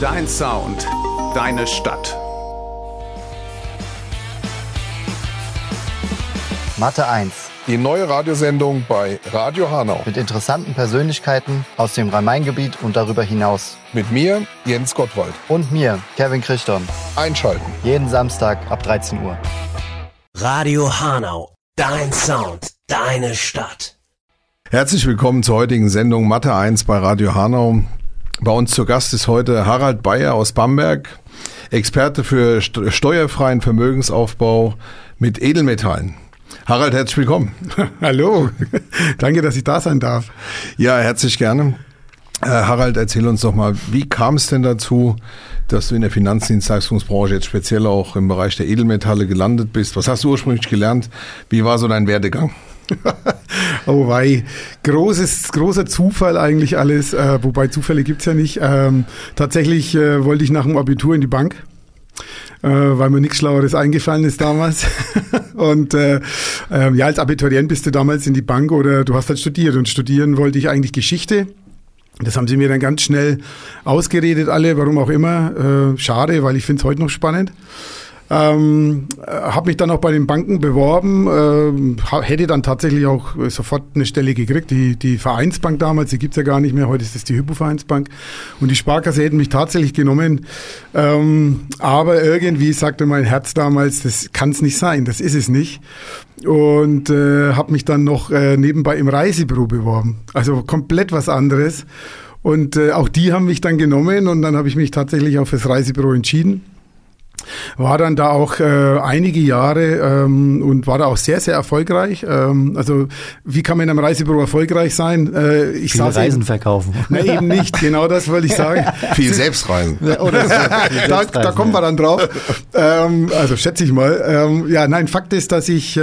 Dein Sound, deine Stadt. Mathe 1. Die neue Radiosendung bei Radio Hanau. Mit interessanten Persönlichkeiten aus dem Rhein-Main-Gebiet und darüber hinaus. Mit mir, Jens Gottwald. Und mir, Kevin Christon. Einschalten. Jeden Samstag ab 13 Uhr. Radio Hanau. Dein Sound, deine Stadt. Herzlich willkommen zur heutigen Sendung Mathe 1 bei Radio Hanau. Bei uns zu Gast ist heute Harald Beyer aus Bamberg, Experte für steuerfreien Vermögensaufbau mit Edelmetallen. Harald, herzlich willkommen. Hallo, danke, dass ich da sein darf. Ja, herzlich gerne. Harald, erzähl uns doch mal, wie kam es denn dazu, dass du in der Finanzdienstleistungsbranche jetzt speziell auch im Bereich der Edelmetalle gelandet bist? Was hast du ursprünglich gelernt? Wie war so dein Werdegang? Oh wei, großer Zufall eigentlich alles, wobei Zufälle gibt's ja nicht. Tatsächlich wollte ich nach dem Abitur in die Bank, weil mir nichts Schlaueres eingefallen ist damals. Und als Abiturient bist du damals in die Bank oder du hast halt studiert. Und studieren wollte ich eigentlich Geschichte. Das haben sie mir dann ganz schnell ausgeredet, alle, warum auch immer. Schade, weil ich finde es heute noch spannend. Habe mich dann auch bei den Banken beworben, hätte dann tatsächlich auch sofort eine Stelle gekriegt. Die Vereinsbank damals, die gibt's ja gar nicht mehr, heute ist es die Hypo-Vereinsbank. Und die Sparkasse hätten mich tatsächlich genommen. Aber irgendwie sagte mein Herz damals, das kann's nicht sein, das ist es nicht. Und habe mich dann noch nebenbei im Reisebüro beworben. Also komplett was anderes. Und auch die haben mich dann genommen und dann habe ich mich tatsächlich auch fürs Reisebüro entschieden. War dann da auch einige Jahre und war da auch sehr, sehr erfolgreich. Also wie kann man in einem Reisebüro erfolgreich sein? Viele Reisen verkaufen. Na, eben nicht, genau das wollte ich sagen. Viel Selbstreisen. Oder da kommen wir dann drauf. Also schätze ich mal. Fakt ist, dass ich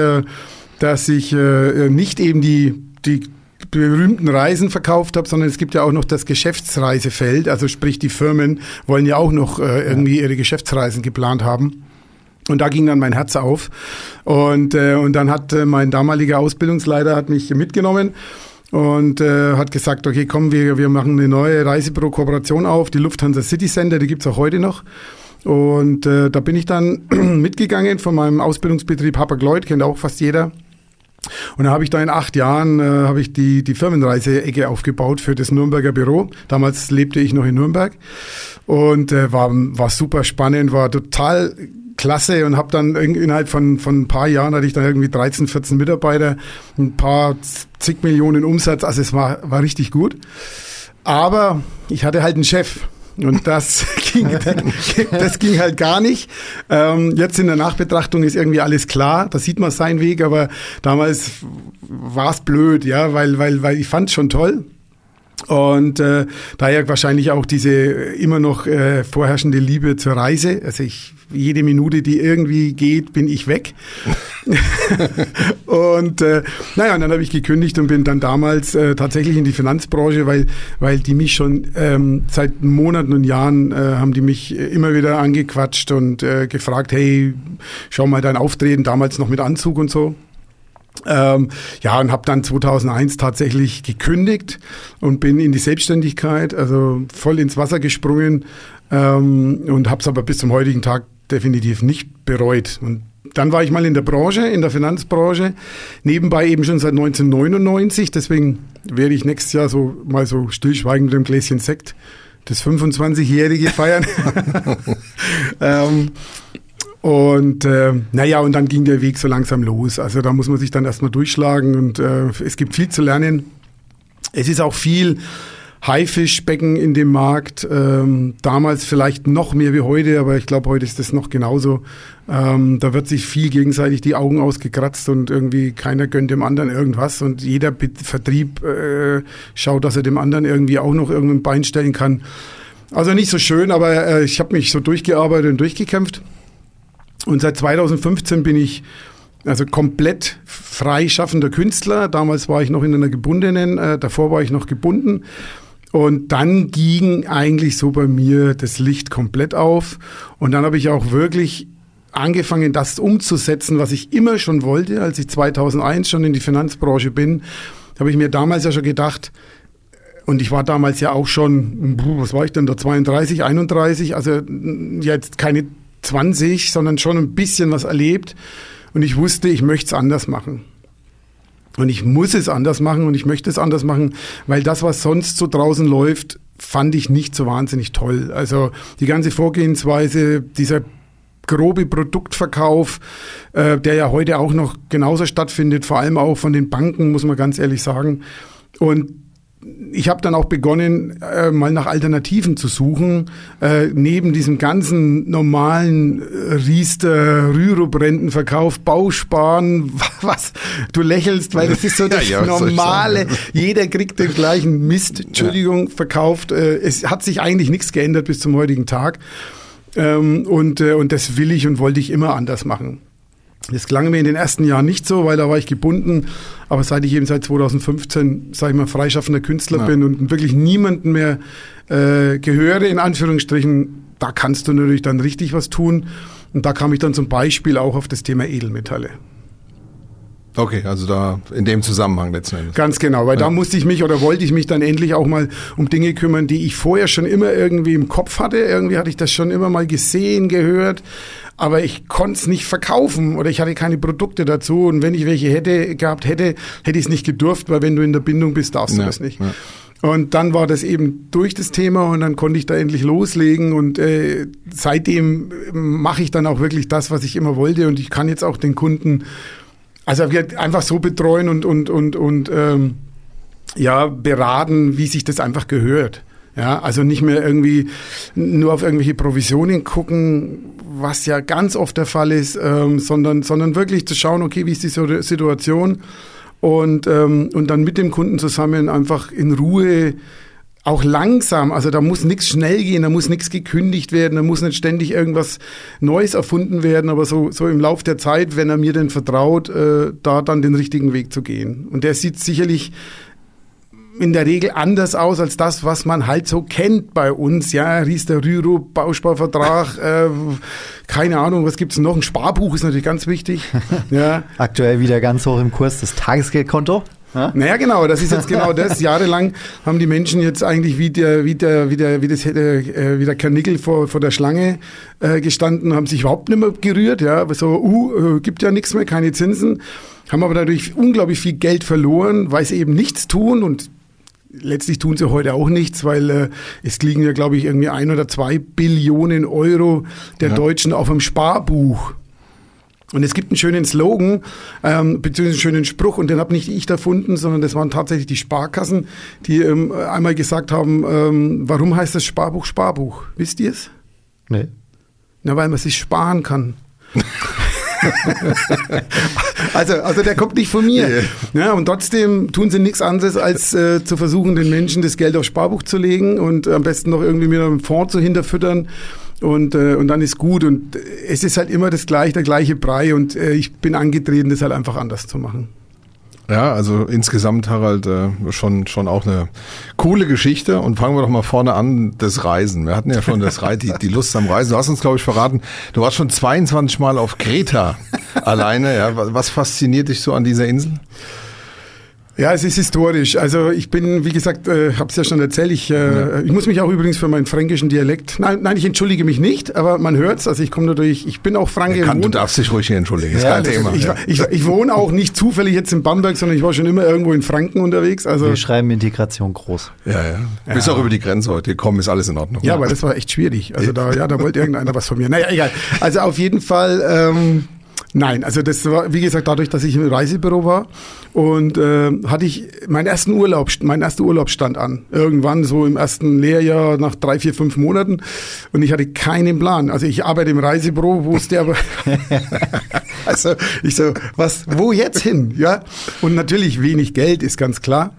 nicht eben die berühmten Reisen verkauft habe, sondern es gibt ja auch noch das Geschäftsreisefeld, also sprich die Firmen wollen ja auch noch irgendwie ihre Geschäftsreisen geplant haben. Und da ging dann mein Herz auf und dann hat mein damaliger Ausbildungsleiter hat mich mitgenommen und hat gesagt, okay, komm, wir machen eine neue Reisebüro-Kooperation auf, die Lufthansa City Center, die gibt's auch heute noch. Und da bin ich dann mitgegangen von meinem Ausbildungsbetrieb Hapag-Lloyd, kennt auch fast jeder. Und dann habe ich da in 8 Jahren die Firmenreise-Ecke aufgebaut für das Nürnberger Büro. Damals lebte ich noch in Nürnberg und war super spannend, war total klasse und habe dann innerhalb von ein paar Jahren hatte ich dann irgendwie 13, 14 Mitarbeiter, ein paar zig Millionen Umsatz, also es war richtig gut. Aber ich hatte halt einen Chef. Und das ging halt gar nicht. Jetzt in der Nachbetrachtung ist irgendwie alles klar. Da sieht man seinen Weg, aber damals war es blöd, ja, weil ich fand es schon toll. Und daher wahrscheinlich auch diese immer noch vorherrschende Liebe zur Reise. Also jede Minute, die irgendwie geht, bin ich weg. Und und dann habe ich gekündigt und bin dann damals tatsächlich in die Finanzbranche, weil die mich schon seit Monaten und Jahren haben die mich immer wieder angequatscht und gefragt, hey, schau mal dein Auftreten, damals noch mit Anzug und so. Und habe dann 2001 tatsächlich gekündigt und bin in die Selbstständigkeit, also voll ins Wasser gesprungen und habe es aber bis zum heutigen Tag definitiv nicht bereut. Und dann war ich mal in der Branche, in der Finanzbranche, nebenbei eben schon seit 1999, deswegen werde ich nächstes Jahr so stillschweigend mit einem Gläschen Sekt das 25-Jährige feiern. Und dann ging der Weg so langsam los. Also da muss man sich dann erstmal durchschlagen und es gibt viel zu lernen. Es ist auch viel Haifischbecken in dem Markt. Damals vielleicht noch mehr wie heute, aber ich glaube, heute ist das noch genauso. Da wird sich viel gegenseitig die Augen ausgekratzt und irgendwie keiner gönnt dem anderen irgendwas und jeder Vertrieb schaut, dass er dem anderen irgendwie auch noch irgendein Bein stellen kann. Also nicht so schön, aber ich habe mich so durchgearbeitet und durchgekämpft. Und seit 2015 bin ich also komplett freischaffender Künstler. Damals war ich noch in einer gebundenen, davor war ich noch gebunden. Und dann ging eigentlich so bei mir das Licht komplett auf. Und dann habe ich auch wirklich angefangen, das umzusetzen, was ich immer schon wollte. Als ich 2001 schon in die Finanzbranche bin, habe ich mir damals ja schon gedacht, Und ich war damals ja auch schon, was war ich denn da, 32, 31, also jetzt keine 20, sondern schon ein bisschen was erlebt. Und ich wusste, ich möchte es anders machen. Und ich muss es anders machen und ich möchte es anders machen, weil das, was sonst so draußen läuft, fand ich nicht so wahnsinnig toll. Also die ganze Vorgehensweise, dieser grobe Produktverkauf, der ja heute auch noch genauso stattfindet, vor allem auch von den Banken, muss man ganz ehrlich sagen. Und ich habe dann auch begonnen, mal nach Alternativen zu suchen, neben diesem ganzen normalen Riester, Rürup-Rentenverkauf, Bausparen, was, du lächelst, weil das ist so das normale, jeder kriegt den gleichen Mist, verkauft. Es hat sich eigentlich nichts geändert bis zum heutigen Tag und das will ich und wollte ich immer anders machen. Das klang mir in den ersten Jahren nicht so, weil da war ich gebunden. Aber seit ich eben seit 2015, sag ich mal, freischaffender Künstler bin und wirklich niemanden mehr gehöre, in Anführungsstrichen, da kannst du natürlich dann richtig was tun. Und da kam ich dann zum Beispiel auch auf das Thema Edelmetalle. Okay, also da in dem Zusammenhang letzten Endes. Ganz genau, weil da musste ich mich oder wollte ich mich dann endlich auch mal um Dinge kümmern, die ich vorher schon immer irgendwie im Kopf hatte. Irgendwie hatte ich das schon immer mal gesehen, gehört. Aber ich konnte es nicht verkaufen oder ich hatte keine Produkte dazu. Und wenn ich welche hätte ich es nicht gedurft, weil wenn du in der Bindung bist, darfst du das nicht. Ja. Und dann war das eben durch das Thema und dann konnte ich da endlich loslegen und seitdem mache ich dann auch wirklich das, was ich immer wollte und ich kann jetzt auch den Kunden einfach so betreuen und beraten, wie sich das einfach gehört. Ja, also nicht mehr irgendwie nur auf irgendwelche Provisionen gucken, was ja ganz oft der Fall ist, sondern wirklich zu schauen, okay, wie ist die Situation und dann mit dem Kunden zusammen einfach in Ruhe, auch langsam, also da muss nichts schnell gehen, da muss nichts gekündigt werden, da muss nicht ständig irgendwas Neues erfunden werden, aber so im Lauf der Zeit, wenn er mir denn vertraut, da dann den richtigen Weg zu gehen. Und der sieht sicherlich in der Regel anders aus als das, was man halt so kennt bei uns. Ja, Riester, Rürup, Bausparvertrag, keine Ahnung, was gibt's noch? Ein Sparbuch ist natürlich ganz wichtig. Ja. Aktuell wieder ganz hoch im Kurs das Tagesgeldkonto. Ja? Naja, genau, das ist jetzt genau das. Jahrelang haben die Menschen jetzt eigentlich wie der Karnickel vor der Schlange gestanden, haben sich überhaupt nicht mehr gerührt. Ja, so, gibt ja nichts mehr, keine Zinsen. Haben aber dadurch unglaublich viel Geld verloren, weil sie eben nichts tun und letztlich tun sie heute auch nichts, weil es liegen ja, glaube ich, irgendwie 1 oder 2 Billionen Euro der Deutschen auf dem Sparbuch. Und es gibt einen schönen Slogan, beziehungsweise einen schönen Spruch, und den habe nicht ich erfunden, sondern das waren tatsächlich die Sparkassen, die einmal gesagt haben, warum heißt das Sparbuch Sparbuch? Wisst ihr es? Nee. Na, weil man sich sparen kann. Also der kommt nicht von mir. Ja, und trotzdem tun sie nichts anderes, als zu versuchen, den Menschen das Geld aufs Sparbuch zu legen und am besten noch irgendwie mit einem Fonds zu hinterfüttern. Und dann ist gut. Und es ist halt immer der gleiche Brei. Und ich bin angetreten, das halt einfach anders zu machen. Ja, also insgesamt, Harald, schon auch eine coole Geschichte. Und fangen wir doch mal vorne an, das Reisen. Wir hatten ja schon die Lust am Reisen. Du hast uns, glaube ich, verraten, du warst schon 22 Mal auf Kreta alleine. Ja, was fasziniert dich so an dieser Insel? Ja, es ist historisch. Also ich bin, wie gesagt, habe es ja schon erzählt, ich muss mich auch übrigens für meinen fränkischen Dialekt, nein, ich entschuldige mich nicht, aber man hört's, also ich komme natürlich, ich bin auch Franke. Du darfst dich ruhig hier entschuldigen, ist kein Thema. Ich wohne auch nicht zufällig jetzt in Bamberg, sondern ich war schon immer irgendwo in Franken unterwegs. Also wir schreiben Integration groß. Ja. Bist auch über die Grenze heute gekommen, ist alles in Ordnung. Ja, aber das war echt schwierig. Also da wollte irgendeiner was von mir. Naja, egal. Also auf jeden Fall... Nein, also das war, wie gesagt, dadurch, dass ich im Reisebüro war und hatte ich meinen erster Urlaub stand an. Irgendwann so im ersten Lehrjahr nach 3, 4, 5 Monaten und ich hatte keinen Plan. Also ich arbeite im Reisebüro, wusste aber, also ich so, wo jetzt hin? Ja, und natürlich wenig Geld, ist ganz klar.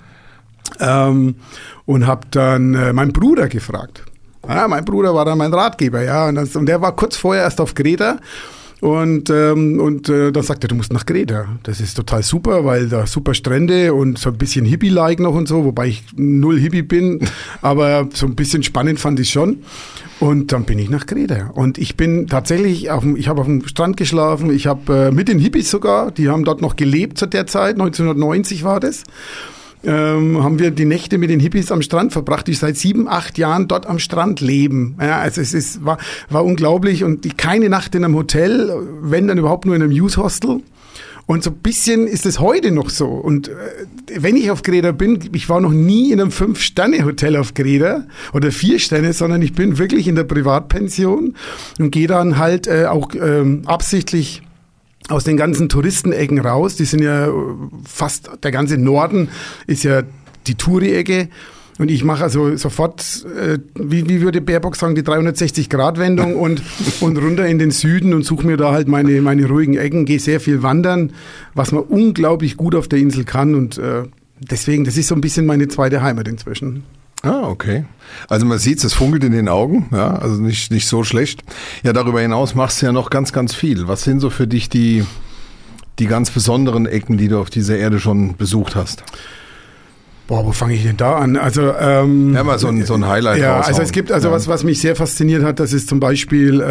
Und habe dann meinen Bruder gefragt. Ja, mein Bruder war dann mein Ratgeber, ja, und der war kurz vorher erst auf Kreta. Und dann sagt er, du musst nach Kreta. Das ist total super, weil da super Strände und so ein bisschen Hippie-like noch und so, wobei ich 0 Hippie bin, aber so ein bisschen spannend fand ich schon. Und dann bin ich nach Kreta. Und ich bin tatsächlich ich habe auf dem Strand geschlafen, ich habe mit den Hippies sogar, die haben dort noch gelebt zu der Zeit, 1990 war das. haben wir die Nächte mit den Hippies am Strand verbracht, die seit 7, 8 Jahren dort am Strand leben. Ja, also war unglaublich und keine Nacht in einem Hotel, wenn dann überhaupt nur in einem Youth Hostel. Und so ein bisschen ist es heute noch so. Und wenn ich auf Greda bin, ich war noch nie in einem 5-Sterne-Hotel auf Greda oder 4 Sterne, sondern ich bin wirklich in der Privatpension und gehe dann halt auch absichtlich aus den ganzen Touristenecken raus. Die sind ja fast, der ganze Norden ist ja die Touri-Ecke. Und ich mache also sofort, wie würde Baerbock sagen, die 360-Grad-Wendung und runter in den Süden und suche mir da halt meine ruhigen Ecken, gehe sehr viel wandern, was man unglaublich gut auf der Insel kann. Und deswegen, das ist so ein bisschen meine zweite Heimat inzwischen. Ah, okay. Also man sieht es funkelt in den Augen, ja, also nicht so schlecht. Ja, darüber hinaus machst du ja noch ganz, ganz viel. Was sind so für dich die ganz besonderen Ecken, die du auf dieser Erde schon besucht hast? Boah, wo fange ich denn da an? Also ja, mal so ein Highlight ja, raushauen. also es gibt was mich sehr fasziniert hat, das ist zum Beispiel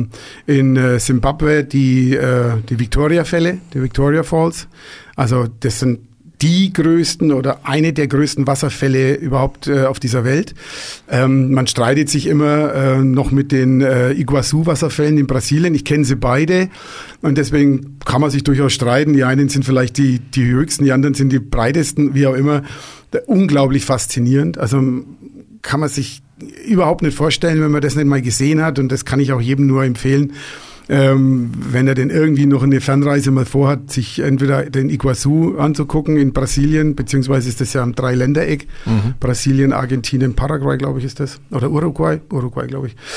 in Simbabwe die Victoria-Fälle, die Victoria Falls. Also das sind die größten oder eine der größten Wasserfälle überhaupt auf dieser Welt. Man streitet sich immer noch mit den Iguazu-Wasserfällen in Brasilien. Ich kenne sie beide und deswegen kann man sich durchaus streiten. Die einen sind vielleicht die höchsten, die anderen sind die breitesten, wie auch immer. Unglaublich faszinierend. Also kann man sich überhaupt nicht vorstellen, wenn man das nicht mal gesehen hat, und das kann ich auch jedem nur empfehlen. Wenn er denn irgendwie noch eine Fernreise mal vorhat, sich entweder den Iguazu anzugucken in Brasilien, beziehungsweise ist das ja am Dreiländereck, Brasilien, Argentinien, Paraguay, glaube ich, ist das, oder Uruguay, glaube ich.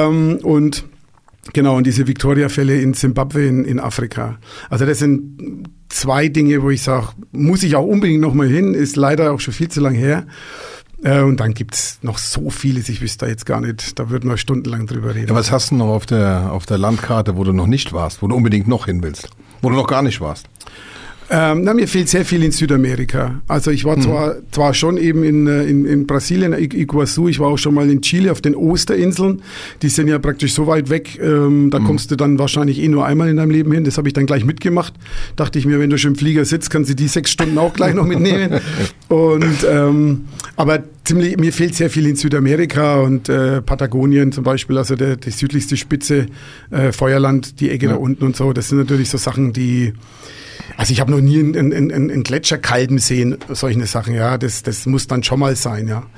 Und genau, und diese Victoria-Fälle in Simbabwe in Afrika. Also das sind 2 Dinge, wo ich sage, muss ich auch unbedingt noch mal hin, ist leider auch schon viel zu lang her. Und dann gibt's noch so vieles, ich wüsste da jetzt gar nicht, da würden wir stundenlang drüber reden. Ja, was hast du noch auf der Landkarte, wo du noch nicht warst, wo du unbedingt noch hin willst, wo du noch gar nicht warst? Mir fehlt sehr viel in Südamerika. Also ich war zwar schon eben in Brasilien, Iguazu, ich war auch schon mal in Chile auf den Osterinseln. Die sind ja praktisch so weit weg, da kommst du dann wahrscheinlich nur einmal in deinem Leben hin. Das habe ich dann gleich mitgemacht. Dachte ich mir, wenn du schon im Flieger sitzt, kannst du die 6 Stunden auch gleich noch mitnehmen. Und aber mir fehlt sehr viel in Südamerika und Patagonien zum Beispiel, also die südlichste Spitze, Feuerland, die Ecke da unten und so. Das sind natürlich so Sachen, die... Also ich habe noch nie einen Gletscher kalben sehen, solche Sachen, ja, das muss dann schon mal sein, ja.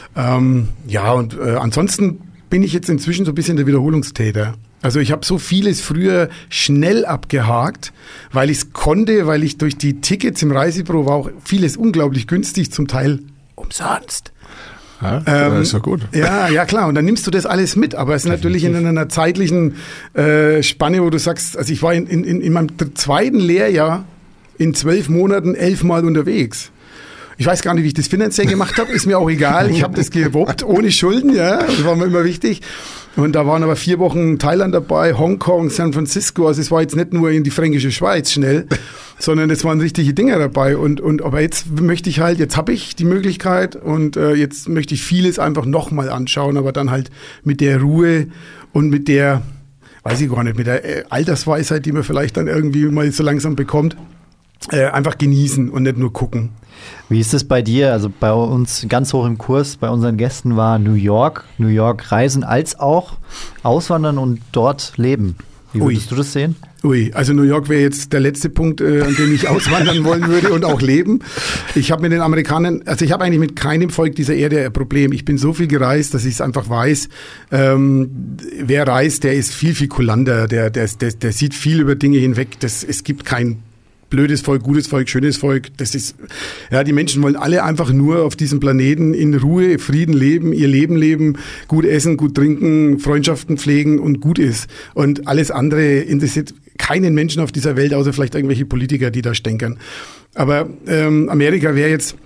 Ansonsten bin ich jetzt inzwischen so ein bisschen der Wiederholungstäter. Also ich habe so vieles früher schnell abgehakt, weil ich es konnte, weil ich durch die Tickets im Reisebüro war auch vieles unglaublich günstig, zum Teil umsonst. Ja, das ist doch gut. Ja, klar. Und dann nimmst du das alles mit. Aber es ist natürlich in einer zeitlichen Spanne, wo du sagst, also ich war in meinem 2. Lehrjahr in 12 Monaten 11 Mal unterwegs. Ich weiß gar nicht, wie ich das finanziell gemacht habe, ist mir auch egal. Ich habe das gewuppt, ohne Schulden, ja, das war mir immer wichtig. Und da waren aber 4 Wochen Thailand dabei, Hongkong, San Francisco. Also es war jetzt nicht nur in die fränkische Schweiz schnell, sondern es waren richtige Dinger dabei. Aber jetzt möchte ich halt, jetzt habe ich die Möglichkeit und jetzt möchte ich vieles einfach nochmal anschauen, aber dann halt mit der Ruhe und mit der, weiß ich gar nicht, mit der Altersweisheit, die man vielleicht dann irgendwie mal so langsam bekommt, einfach genießen und nicht nur gucken. Wie ist es bei dir? Also bei uns ganz hoch im Kurs, bei unseren Gästen war New York reisen als auch auswandern und dort leben. Wie würdest du das sehen? Also New York wäre jetzt der letzte Punkt, an dem ich auswandern wollen würde und auch leben. Ich habe mit den Amerikanern, also ich habe eigentlich mit keinem Volk dieser Erde ein Problem. Ich bin so viel gereist, dass ich es einfach weiß. Wer reist, der ist viel, viel kulanter, der sieht viel über Dinge hinweg. Es gibt kein blödes Volk, gutes Volk, schönes Volk. Das ist, ja, die Menschen wollen alle einfach nur auf diesem Planeten in Ruhe, Frieden leben, ihr Leben leben, gut essen, gut trinken, Freundschaften pflegen und gut ist. Und alles andere interessiert keinen Menschen auf dieser Welt, außer vielleicht irgendwelche Politiker, die da stänkern. Aber Amerika wäre jetzt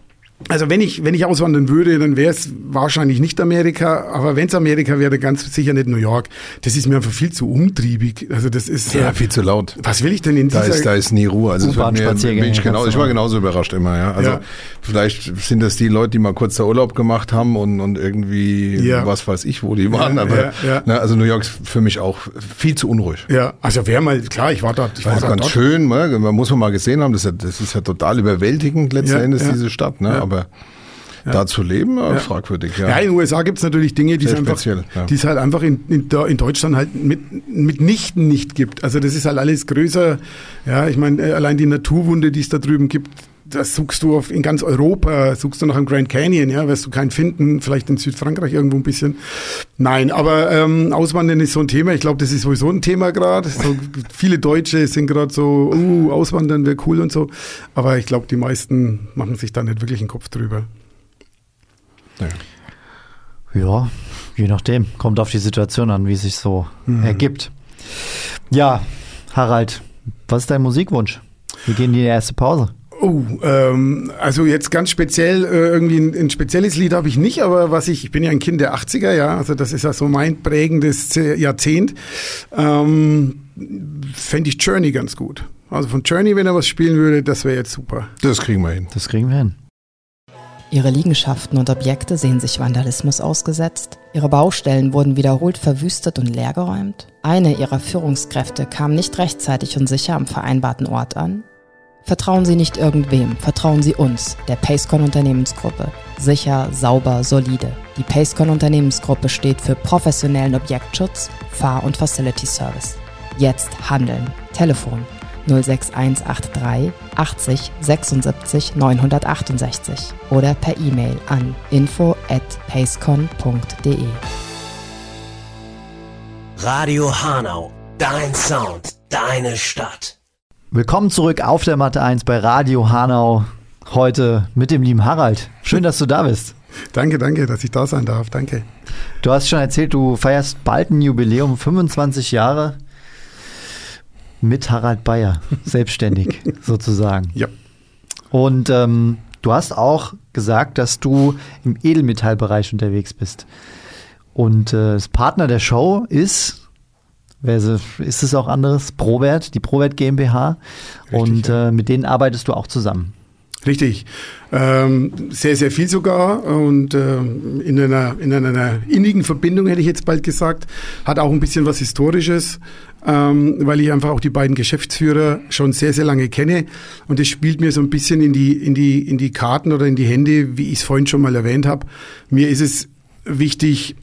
Also wenn ich auswandern würde, dann wäre es wahrscheinlich nicht Amerika, aber wenn es Amerika wäre, ganz sicher nicht New York. Das ist mir einfach viel zu umtriebig. Also das ist viel zu laut. Was will ich denn in dieser... Da ist nie Ruhe. Also ich war genauso überrascht immer. Ja. Also vielleicht sind das die Leute, die mal kurz da Urlaub gemacht haben und irgendwie was weiß ich, wo die waren. Aber also New York ist für mich auch viel zu unruhig. Ja, also wäre mal klar. Ich war dort. Ganz schön. Man muss man mal gesehen haben. Das ist ja total überwältigend letzten Endes diese Stadt. Ne? Aber da zu leben, fragwürdig. Ja, in den USA gibt es natürlich Dinge, die es halt einfach in Deutschland halt mitnichten nicht gibt. Also das ist halt alles größer. Ja, ich meine, allein die Naturwunde, die es da drüben gibt, das suchst du in ganz Europa, suchst du nach dem Grand Canyon, wirst du keinen finden, vielleicht in Südfrankreich irgendwo ein bisschen. Nein, aber Auswandern ist so ein Thema. Ich glaube, das ist sowieso ein Thema gerade. So, viele Deutsche sind gerade so, Auswandern wäre cool und so. Aber ich glaube, die meisten machen sich da nicht wirklich einen Kopf drüber. Ja, je nachdem. Kommt auf die Situation an, wie es sich so ergibt. Ja, Harald, was ist dein Musikwunsch? Wir gehen in die erste Pause. Also jetzt ganz speziell, irgendwie ein spezielles Lied habe ich nicht, aber ich bin ja ein Kind der 80er, also das ist ja so mein prägendes Jahrzehnt, fände ich Journey ganz gut. Also von Journey, wenn er was spielen würde, das wäre jetzt super. Das kriegen wir hin. Ihre Liegenschaften und Objekte sehen sich Vandalismus ausgesetzt. Ihre Baustellen wurden wiederholt verwüstet und leergeräumt. Eine ihrer Führungskräfte kam nicht rechtzeitig und sicher am vereinbarten Ort an. Vertrauen Sie nicht irgendwem, vertrauen Sie uns, der Pacecon Unternehmensgruppe. Sicher, sauber, solide. Die Pacecon Unternehmensgruppe steht für professionellen Objektschutz, Fahr- und Facility Service. Jetzt handeln. Telefon 06183 80 76 968 oder per E-Mail an info@pacecon.de. Radio Hanau, dein Sound, deine Stadt. Willkommen zurück auf der Matte 1 bei Radio Hanau. Heute mit dem lieben Harald. Schön, dass du da bist. Danke, dass ich da sein darf. Danke. Du hast schon erzählt, du feierst bald ein Jubiläum, 25 Jahre mit Harald Bayer, selbstständig sozusagen. Ja. Und du hast auch gesagt, dass du im Edelmetallbereich unterwegs bist. Und das Partner der Show ist es auch anderes? ProWert, die ProWert GmbH. Richtig, und mit denen arbeitest du auch zusammen. Richtig. Sehr, sehr viel sogar. Und in einer innigen Verbindung, hätte ich jetzt bald gesagt. Hat auch ein bisschen was Historisches, weil ich einfach auch die beiden Geschäftsführer schon sehr, sehr lange kenne. Und das spielt mir so ein bisschen in die Karten oder in die Hände, wie ich es vorhin schon mal erwähnt habe. Mir ist es wichtig,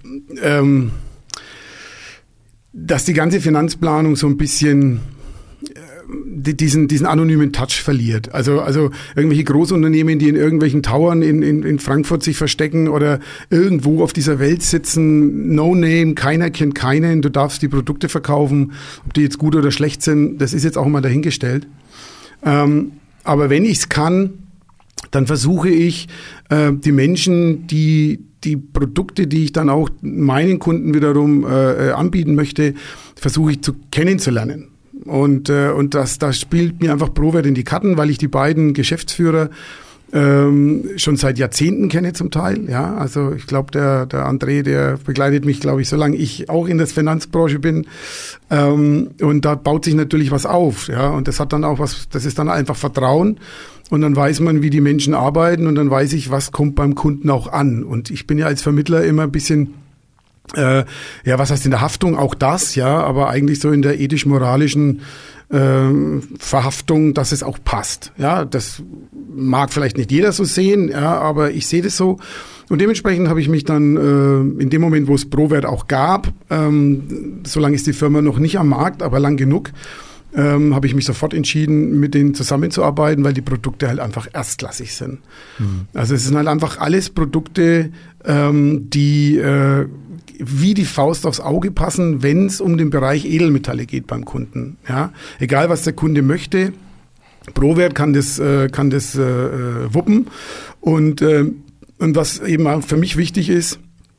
dass die ganze Finanzplanung so ein bisschen diesen anonymen Touch verliert. Also irgendwelche Großunternehmen, die in irgendwelchen Towern in Frankfurt sich verstecken oder irgendwo auf dieser Welt sitzen, no name, keiner kennt keinen, du darfst die Produkte verkaufen, ob die jetzt gut oder schlecht sind, das ist jetzt auch mal dahingestellt. Aber wenn ich es kann, dann versuche ich, die Menschen, die Produkte, die ich dann auch meinen Kunden wiederum anbieten möchte, versuche ich kennenzulernen. Und da spielt mir einfach ProWert in die Karten, weil ich die beiden Geschäftsführer schon seit Jahrzehnten kenne zum Teil. Ja, also ich glaube, der André, der begleitet mich, glaube ich, solange ich auch in der Finanzbranche bin. Und da baut sich natürlich was auf. Ja, und das hat dann auch das ist dann einfach Vertrauen. Und dann weiß man, wie die Menschen arbeiten und dann weiß ich, was kommt beim Kunden auch an. Und ich bin ja als Vermittler immer ein bisschen, was heißt in der Haftung? Auch das, ja, aber eigentlich so in der ethisch-moralischen Verhaftung, dass es auch passt. Ja, das mag vielleicht nicht jeder so sehen, ja, aber ich sehe das so. Und dementsprechend habe ich mich dann in dem Moment, wo es ProWert auch gab, solange ist die Firma noch nicht am Markt, aber lang genug, habe ich mich sofort entschieden, mit denen zusammenzuarbeiten, weil die Produkte halt einfach erstklassig sind. Mhm. Also es sind halt einfach alles Produkte, die wie die Faust aufs Auge passen, wenn es um den Bereich Edelmetalle geht beim Kunden. Ja? Egal, was der Kunde möchte, ProWert kann das wuppen. Und was eben auch für mich wichtig ist,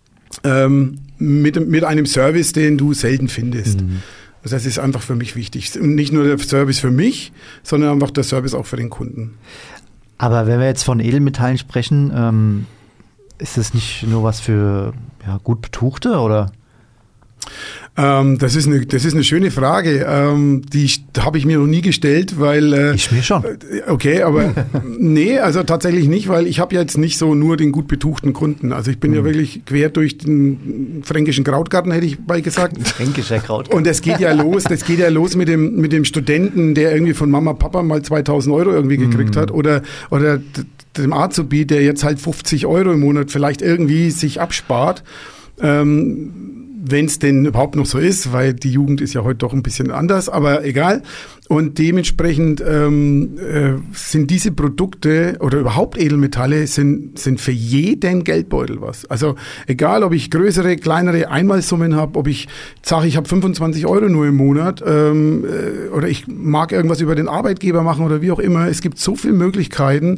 mit einem Service, den du selten findest. Mhm. Das ist einfach für mich wichtig. Und nicht nur der Service für mich, sondern einfach der Service auch für den Kunden. Aber wenn wir jetzt von Edelmetallen sprechen, ist das nicht nur was für gut Betuchte, oder? Das ist eine schöne Frage. Die habe ich mir noch nie gestellt, weil... ich mir schon. Okay, aber nee, also tatsächlich nicht, weil ich habe ja jetzt nicht so nur den gut betuchten Kunden. Also ich bin ja wirklich quer durch den fränkischen Krautgarten, hätte ich bei gesagt. Fränkischer Krautgarten. Und das geht ja los mit dem Studenten, der irgendwie von Mama, Papa mal 2.000 Euro irgendwie gekriegt hat oder dem Azubi, der jetzt halt 50 Euro im Monat vielleicht irgendwie sich abspart. Wenn es denn überhaupt noch so ist, weil die Jugend ist ja heute doch ein bisschen anders, aber egal. Und dementsprechend sind diese Produkte oder überhaupt Edelmetalle sind für jeden Geldbeutel was. Also egal, ob ich größere, kleinere Einmalsummen habe, ob ich sage, ich habe 25 Euro nur im Monat oder ich mag irgendwas über den Arbeitgeber machen oder wie auch immer. Es gibt so viele Möglichkeiten,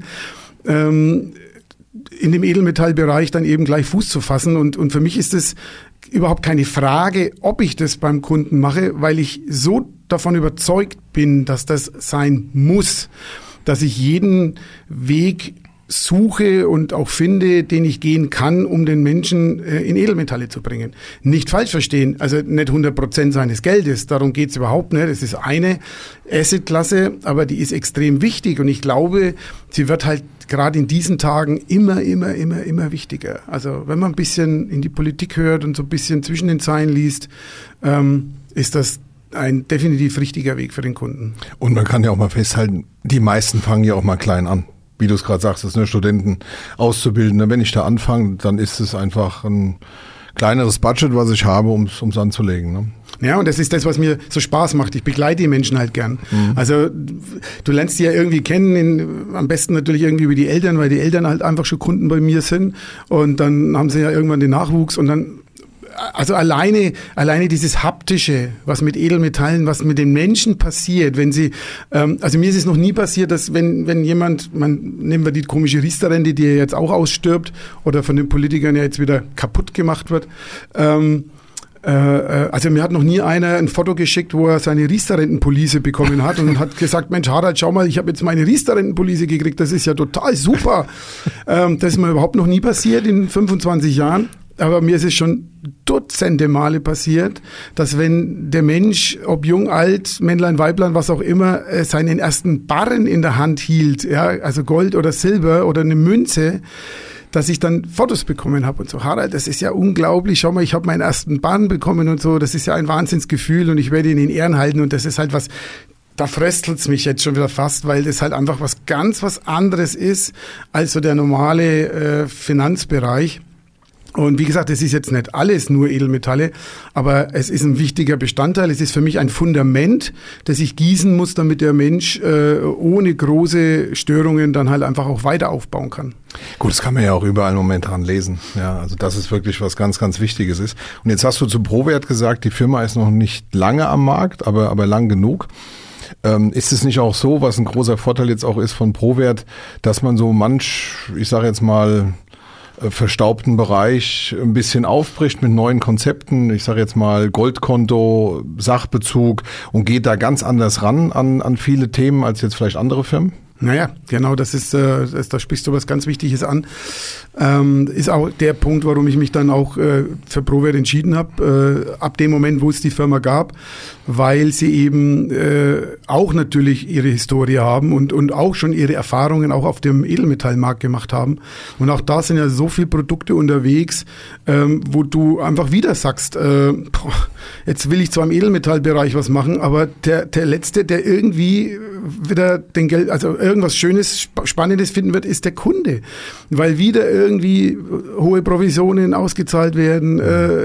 in dem Edelmetallbereich dann eben gleich Fuß zu fassen. Und für mich ist es überhaupt keine Frage, ob ich das beim Kunden mache, weil ich so davon überzeugt bin, dass das sein muss, dass ich jeden Weg suche und auch finde, den ich gehen kann, um den Menschen in Edelmetalle zu bringen. Nicht falsch verstehen, also nicht 100% seines Geldes, darum geht's überhaupt nicht. Das ist eine Assetklasse, aber die ist extrem wichtig und ich glaube, sie wird halt gerade in diesen Tagen immer wichtiger. Also wenn man ein bisschen in die Politik hört und so ein bisschen zwischen den Zeilen liest, ist das ein definitiv richtiger Weg für den Kunden. Und man kann ja auch mal festhalten, die meisten fangen ja auch mal klein an. Wie du es gerade sagst, das ist Studenten auszubilden. Wenn ich da anfange, dann ist es einfach ein kleineres Budget, was ich habe, ums anzulegen. Ne? Ja, und das ist das, was mir so Spaß macht. Ich begleite die Menschen halt gern. Also du lernst die ja irgendwie kennen, am besten natürlich irgendwie über die Eltern, weil die Eltern halt einfach schon Kunden bei mir sind. Und dann haben sie ja irgendwann den Nachwuchs und dann also alleine dieses Haptische, was mit Edelmetallen, was mit den Menschen passiert, wenn sie, also mir ist es noch nie passiert, dass wenn jemand, nehmen wir die komische Riester-Rente, die ja jetzt auch ausstirbt oder von den Politikern ja jetzt wieder kaputt gemacht wird, also mir hat noch nie einer ein Foto geschickt, wo er seine Riester-Rentenpolice bekommen hat und hat gesagt, Mensch Harald, schau mal, ich habe jetzt meine Riester-Rentenpolice gekriegt, das ist ja total super. Das ist mir überhaupt noch nie passiert in 25 Jahren. Aber mir ist es schon dutzende Male passiert, dass wenn der Mensch, ob jung, alt, Männlein, Weiblein, was auch immer, seinen ersten Barren in der Hand hielt, ja, also Gold oder Silber oder eine Münze, dass ich dann Fotos bekommen habe und so, Harald, das ist ja unglaublich, schau mal, ich habe meinen ersten Barren bekommen und so, das ist ja ein Wahnsinnsgefühl und ich werde ihn in Ehren halten und das ist halt was, da fröstelt's mich jetzt schon wieder fast, weil das halt einfach was anderes ist als so der normale Finanzbereich. Und wie gesagt, es ist jetzt nicht alles nur Edelmetalle, aber es ist ein wichtiger Bestandteil. Es ist für mich ein Fundament, das ich gießen muss, damit der Mensch ohne große Störungen dann halt einfach auch weiter aufbauen kann. Gut, das kann man ja auch überall momentan lesen. Ja, also das ist wirklich was ganz, ganz Wichtiges ist. Und jetzt hast du zu ProWert gesagt, die Firma ist noch nicht lange am Markt, aber lang genug. Ist es nicht auch so, was ein großer Vorteil jetzt auch ist von ProWert, dass man so ich sage jetzt mal, verstaubten Bereich ein bisschen aufbricht mit neuen Konzepten, ich sage jetzt mal Goldkonto, Sachbezug und geht da ganz anders ran an viele Themen als jetzt vielleicht andere Firmen? Naja, genau, da sprichst du was ganz Wichtiges an. Ist auch der Punkt, warum ich mich dann auch für ProWert entschieden habe, ab dem Moment, wo es die Firma gab, weil sie eben auch natürlich ihre Historie haben und auch schon ihre Erfahrungen auch auf dem Edelmetallmarkt gemacht haben. Und auch da sind ja so viele Produkte unterwegs, wo du einfach wieder sagst, jetzt will ich zwar im Edelmetallbereich was machen, aber der Letzte, der irgendwie wieder also irgendwas Schönes, Spannendes finden wird, ist der Kunde. Weil wieder irgendwie hohe Provisionen ausgezahlt werden,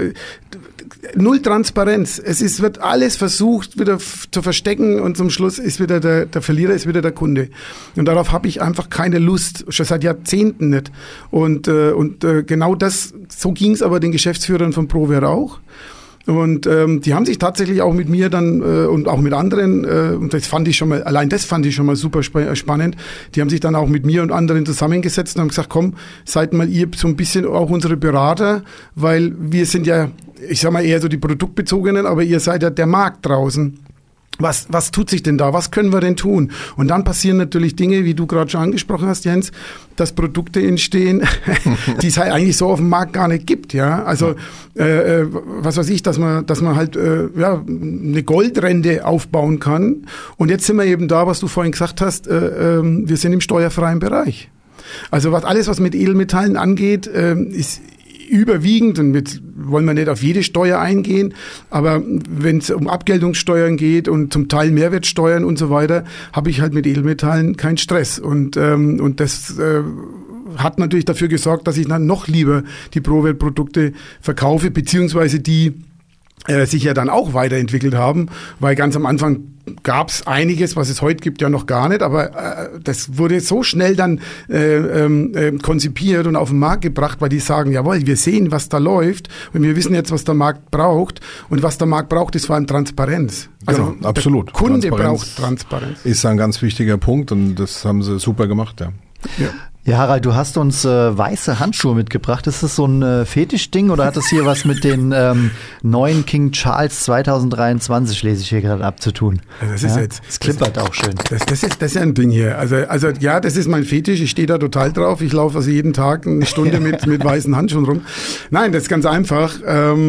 null Transparenz. Wird alles versucht, wieder zu verstecken und zum Schluss ist wieder der Verlierer ist wieder der Kunde. Und darauf habe ich einfach keine Lust, schon seit Jahrzehnten nicht. Und genau das, so ging es aber den Geschäftsführern von ProWert auch. Und die haben sich tatsächlich auch mit mir dann und auch mit anderen, und das fand ich schon mal super spannend, die haben sich dann auch mit mir und anderen zusammengesetzt und haben gesagt, komm, seid mal ihr so ein bisschen auch unsere Berater, weil wir sind ja, ich sag mal eher so die Produktbezogenen, aber ihr seid ja der Markt draußen. Was tut sich denn da? Was können wir denn tun? Und dann passieren natürlich Dinge, wie du gerade schon angesprochen hast, Jens, dass Produkte entstehen, die es halt eigentlich so auf dem Markt gar nicht gibt, ja. Also was weiß ich, dass man halt eine Goldrente aufbauen kann. Und jetzt sind wir eben da, was du vorhin gesagt hast, wir sind im steuerfreien Bereich. Also alles, was mit Edelmetallen angeht, ist überwiegend, und jetzt wollen wir nicht auf jede Steuer eingehen, aber wenn es um Abgeltungssteuern geht und zum Teil Mehrwertsteuern und so weiter, habe ich halt mit Edelmetallen keinen Stress. Und das hat natürlich dafür gesorgt, dass ich dann noch lieber die ProWelt-Produkte verkaufe, beziehungsweise die sich ja dann auch weiterentwickelt haben, weil ganz am Anfang gab es einiges, was es heute gibt, ja noch gar nicht, aber das wurde so schnell dann konzipiert und auf den Markt gebracht, weil die sagen, jawohl, wir sehen, was da läuft und wir wissen jetzt, was der Markt braucht, und was der Markt braucht, ist vor allem Transparenz. Also genau, absolut. Der Kunde braucht Transparenz. Ist ein ganz wichtiger Punkt, und das haben sie super gemacht, ja. Ja, Harald, du hast uns weiße Handschuhe mitgebracht. Ist das so ein Fetischding oder hat das hier was mit den neuen King Charles 2023, lese ich hier gerade, abzutun? Also das ist jetzt, es klippert auch schön. Das ist ja ein Ding hier. Also ja, das ist mein Fetisch. Ich stehe da total drauf. Ich laufe also jeden Tag eine Stunde mit weißen Handschuhen rum. Nein, das ist ganz einfach.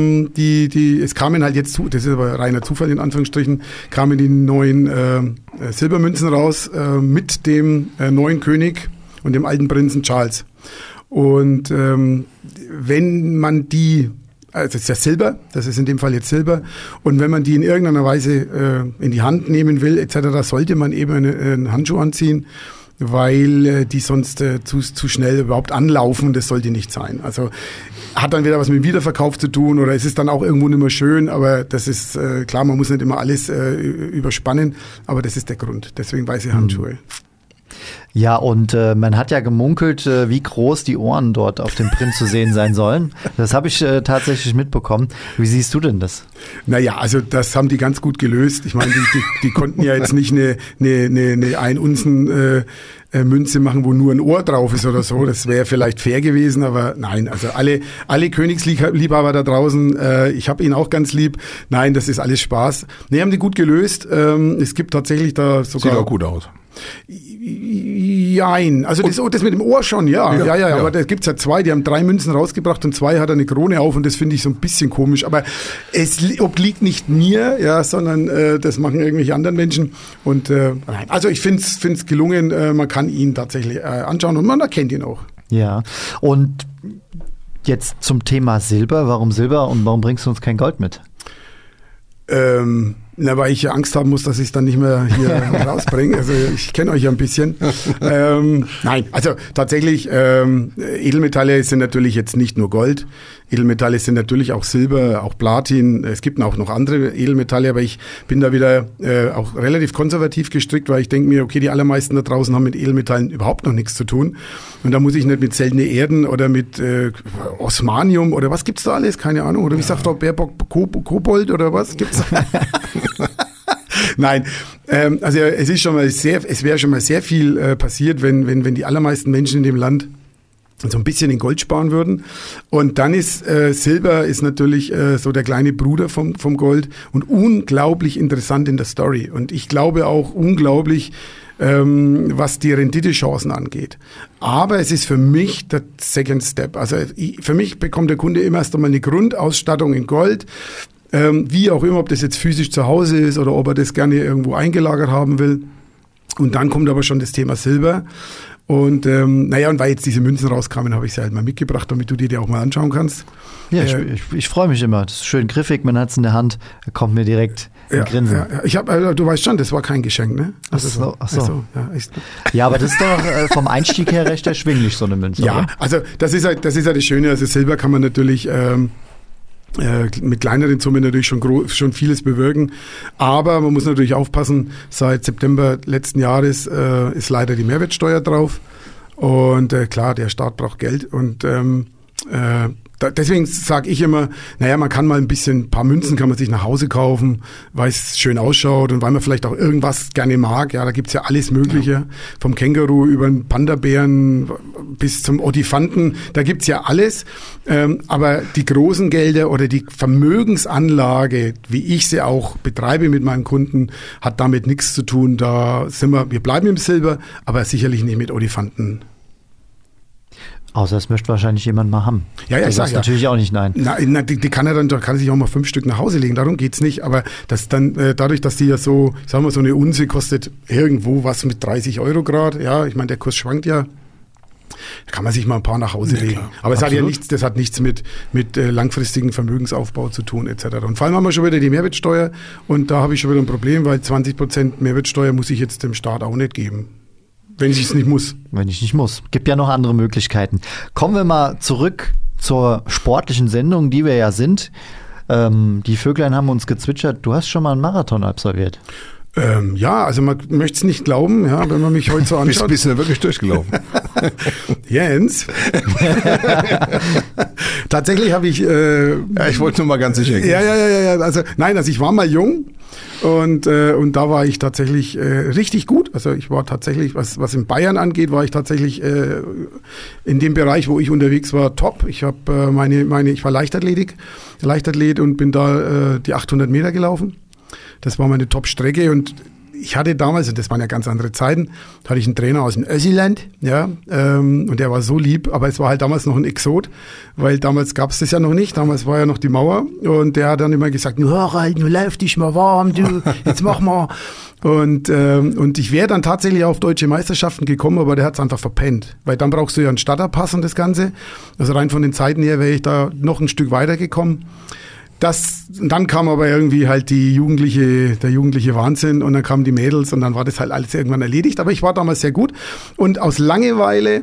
Es kamen halt jetzt, das ist aber reiner Zufall in Anführungsstrichen, kamen die neuen Silbermünzen raus mit dem neuen König und dem alten Prinzen Charles. Und wenn man die, also das ist ja Silber, das ist in dem Fall jetzt Silber, und wenn man die in irgendeiner Weise in die Hand nehmen will, etc., sollte man eben einen Handschuh anziehen, weil die sonst zu schnell überhaupt anlaufen. Das sollte nicht sein. Also hat dann wieder was mit dem Wiederverkauf zu tun, oder es ist dann auch irgendwo nicht mehr schön, aber das ist klar, man muss nicht immer alles überspannen, aber das ist der Grund. Deswegen weiße Handschuhe. Ja, und man hat ja gemunkelt, wie groß die Ohren dort auf dem Print zu sehen sein sollen. Das habe ich tatsächlich mitbekommen. Wie siehst du denn das? Naja, also das haben die ganz gut gelöst. Ich meine, die konnten ja jetzt nicht eine 1 Unzen Münze machen, wo nur ein Ohr drauf ist oder so. Das wäre vielleicht fair gewesen, aber nein. Also alle Königsliebhaber da draußen, ich habe ihn auch ganz lieb. Nein, das ist alles Spaß. Nee, haben die gut gelöst. Es gibt tatsächlich da sogar... Sieht auch gut aus. Jein, also das mit dem Ohr schon, ja, aber da gibt's ja 2, die haben 3 Münzen rausgebracht und 2 hat eine Krone auf, und das finde ich so ein bisschen komisch, aber es obliegt nicht mir, ja, sondern das machen irgendwelche anderen Menschen, und also ich find's gelungen, man kann ihn tatsächlich anschauen und man erkennt ihn auch. Ja, und jetzt zum Thema Warum Silber und warum bringst du uns kein Gold mit? Weil ich ja Angst haben muss, dass ich es dann nicht mehr hier rausbringe. Also ich kenne euch ja ein bisschen. Nein, also tatsächlich, Edelmetalle sind natürlich jetzt nicht nur Gold. Edelmetalle sind natürlich auch Silber, auch Platin. Es gibt auch noch andere Edelmetalle, aber ich bin da wieder auch relativ konservativ gestrickt, weil ich denke mir, okay, die allermeisten da draußen haben mit Edelmetallen überhaupt noch nichts zu tun. Und da muss ich nicht mit seltene Erden oder mit Osmanium oder was gibt's da alles? Keine Ahnung. Oder wie sagt Frau Baerbock, Kobold oder was gibt's da? Nein, also es wäre schon mal sehr viel passiert, wenn die allermeisten Menschen in dem Land so ein bisschen in Gold sparen würden. Und dann ist Silber ist natürlich so der kleine Bruder vom Gold und unglaublich interessant in der Story. Und ich glaube auch unglaublich, was die Renditechancen angeht. Aber es ist für mich der Second Step. Also für mich bekommt der Kunde immer erst einmal eine Grundausstattung in Gold. Wie auch immer, ob das jetzt physisch zu Hause ist oder ob er das gerne irgendwo eingelagert haben will. Und dann kommt aber schon das Thema Silber. Und und weil jetzt diese Münzen rauskamen, habe ich sie halt mal mitgebracht, damit du die dir auch mal anschauen kannst. Ja, ich freue mich immer. Das ist schön griffig, man hat es in der Hand, da kommt mir direkt ein Grinsen. Ja. Du weißt schon, das war kein Geschenk, ne? Also ach so. Ja, aber das ist doch vom Einstieg her recht erschwinglich, so eine Münze. Ja, oder? also das ist halt das Schöne. Also Silber kann man natürlich mit kleineren Summen natürlich schon vieles bewirken. Aber man muss natürlich aufpassen, seit September letzten Jahres ist leider die Mehrwertsteuer drauf. Und klar, der Staat braucht Geld. Und Deswegen sage ich immer, naja, man kann mal ein paar Münzen kann man sich nach Hause kaufen, weil es schön ausschaut und weil man vielleicht auch irgendwas gerne mag. Ja, da gibt's ja alles Mögliche. Vom Känguru über den Panda-Bären bis zum Olifanten. Da gibt's ja alles. Aber die großen Gelder oder die Vermögensanlage, wie ich sie auch betreibe mit meinen Kunden, hat damit nichts zu tun. Da wir bleiben im Silber, aber sicherlich nicht mit Olifanten. Außer es möchte wahrscheinlich jemand mal haben. Ja, ich sag natürlich auch nicht nein. Na, die kann er dann, da kann er sich auch mal 5 Stück nach Hause legen, darum geht's nicht. Aber das dann, dadurch, dass die ja so, sagen wir, so eine Unze kostet irgendwo was mit 30 € gerade, ja, ich meine, der Kurs schwankt ja, da kann man sich mal ein paar nach Hause legen. Klar. Aber es hat ja nichts, das hat nichts mit langfristigen Vermögensaufbau zu tun, etc. Und vor allem haben wir schon wieder die Mehrwertsteuer und da habe ich schon wieder ein Problem, weil 20% Mehrwertsteuer muss ich jetzt dem Staat auch nicht geben. Wenn ich es nicht muss. Wenn ich nicht muss. Gibt ja noch andere Möglichkeiten. Kommen wir mal zurück zur sportlichen Sendung, die wir ja sind. Die Vöglein haben uns gezwitschert. Du hast schon mal einen Marathon absolviert. Ja, also man möchte es nicht glauben, ja, wenn man mich heute so anschaut. Bist du wirklich durchgelaufen? Jens? Tatsächlich habe ich... ja, ich wollte nur mal ganz sicher gehen. Ja. Also ich war mal jung und da war ich tatsächlich richtig gut. Also ich war tatsächlich, was in Bayern angeht, war ich tatsächlich in dem Bereich, wo ich unterwegs war, top. Ich habe ich war Leichtathlet und bin da die 800 Meter gelaufen. Das war meine Top-Strecke und ich hatte damals, und das waren ja ganz andere Zeiten, hatte ich einen Trainer aus dem Össiland, ja, und der war so lieb, aber es war halt damals noch ein Exot, weil damals gab es das ja noch nicht, damals war ja noch die Mauer und der hat dann immer gesagt, nu Harald, nu lauf dich mal warm, du, jetzt mach mal. Und ich wäre dann tatsächlich auf deutsche Meisterschaften gekommen, aber der hat es einfach verpennt, weil dann brauchst du ja einen Starterpass und das Ganze, also rein von den Zeiten her wäre ich da noch ein Stück weiter gekommen. Dann kam aber irgendwie halt der jugendliche Wahnsinn und dann kamen die Mädels und dann war das halt alles irgendwann erledigt. Aber ich war damals sehr gut und aus Langeweile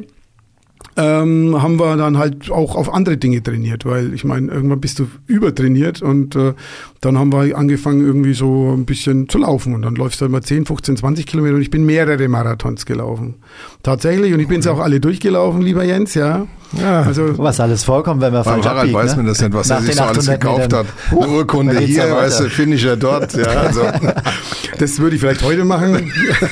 haben wir dann halt auch auf andere Dinge trainiert, weil ich meine, irgendwann bist du übertrainiert und dann haben wir angefangen irgendwie so ein bisschen zu laufen und dann läufst du immer 10, 15, 20 Kilometer und ich bin mehrere Marathons gelaufen. Tatsächlich und ich bin es auch alle durchgelaufen, lieber Jens, ja. Also, was alles vorkommt, wenn wir falsch Harald abbiegen, weiß man das nicht, was er sich so alles gekauft hat. Eine Urkunde hier, weißt du, Finisher dort. Ja, also. Das würde ich vielleicht heute machen.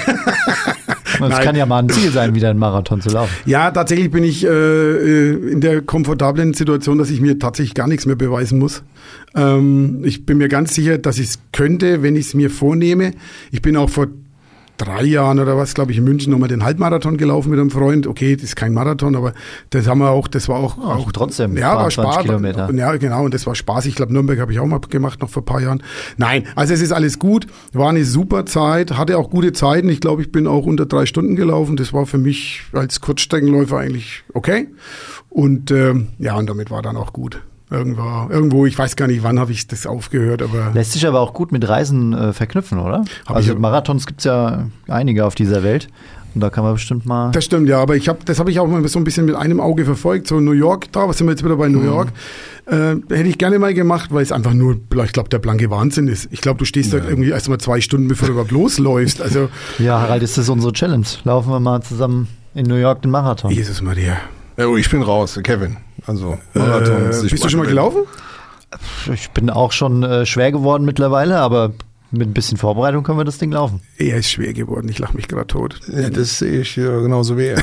Das kann ja mal ein Ziel sein, wieder einen Marathon zu laufen. Ja, tatsächlich bin ich in der komfortablen Situation, dass ich mir tatsächlich gar nichts mehr beweisen muss. Ich bin mir ganz sicher, dass ich es könnte, wenn ich es mir vornehme. Ich bin auch vor 3 Jahren oder was, glaube ich, in München nochmal den Halbmarathon gelaufen mit einem Freund. Okay, das ist kein Marathon, aber das war auch trotzdem. Ja, war Spaß. Kilometer. Ja, genau, und das war Spaß. Ich glaube, Nürnberg habe ich auch mal gemacht, noch vor ein paar Jahren. Nein, also es ist alles gut. War eine super Zeit, hatte auch gute Zeiten. Ich glaube, ich bin auch unter 3 Stunden gelaufen. Das war für mich als Kurzstreckenläufer eigentlich okay. Und und damit war dann auch gut. Irgendwo, ich weiß gar nicht, wann habe ich das aufgehört, aber... Lässt sich aber auch gut mit Reisen verknüpfen, oder? Also Marathons gibt es ja einige auf dieser Welt und da kann man bestimmt mal... Das stimmt, ja, aber das habe ich auch mal so ein bisschen mit einem Auge verfolgt, so New York, da sind wir jetzt wieder bei New York, hätte ich gerne mal gemacht, weil es einfach nur, ich glaube, der blanke Wahnsinn ist. Ich glaube, du stehst da irgendwie erst mal 2 Stunden, bevor du überhaupt losläufst, also... Ja, Harald, ist das unsere Challenge? Laufen wir mal zusammen in New York den Marathon. Jesus Maria. Ja, ich bin raus, Kevin. Also Marathon. Bist du schon mal gelaufen? Ich bin auch schon schwer geworden mittlerweile, aber mit ein bisschen Vorbereitung können wir das Ding laufen. Er ist schwer geworden, ich lache mich gerade tot. Ja, das sehe ich genauso wie er.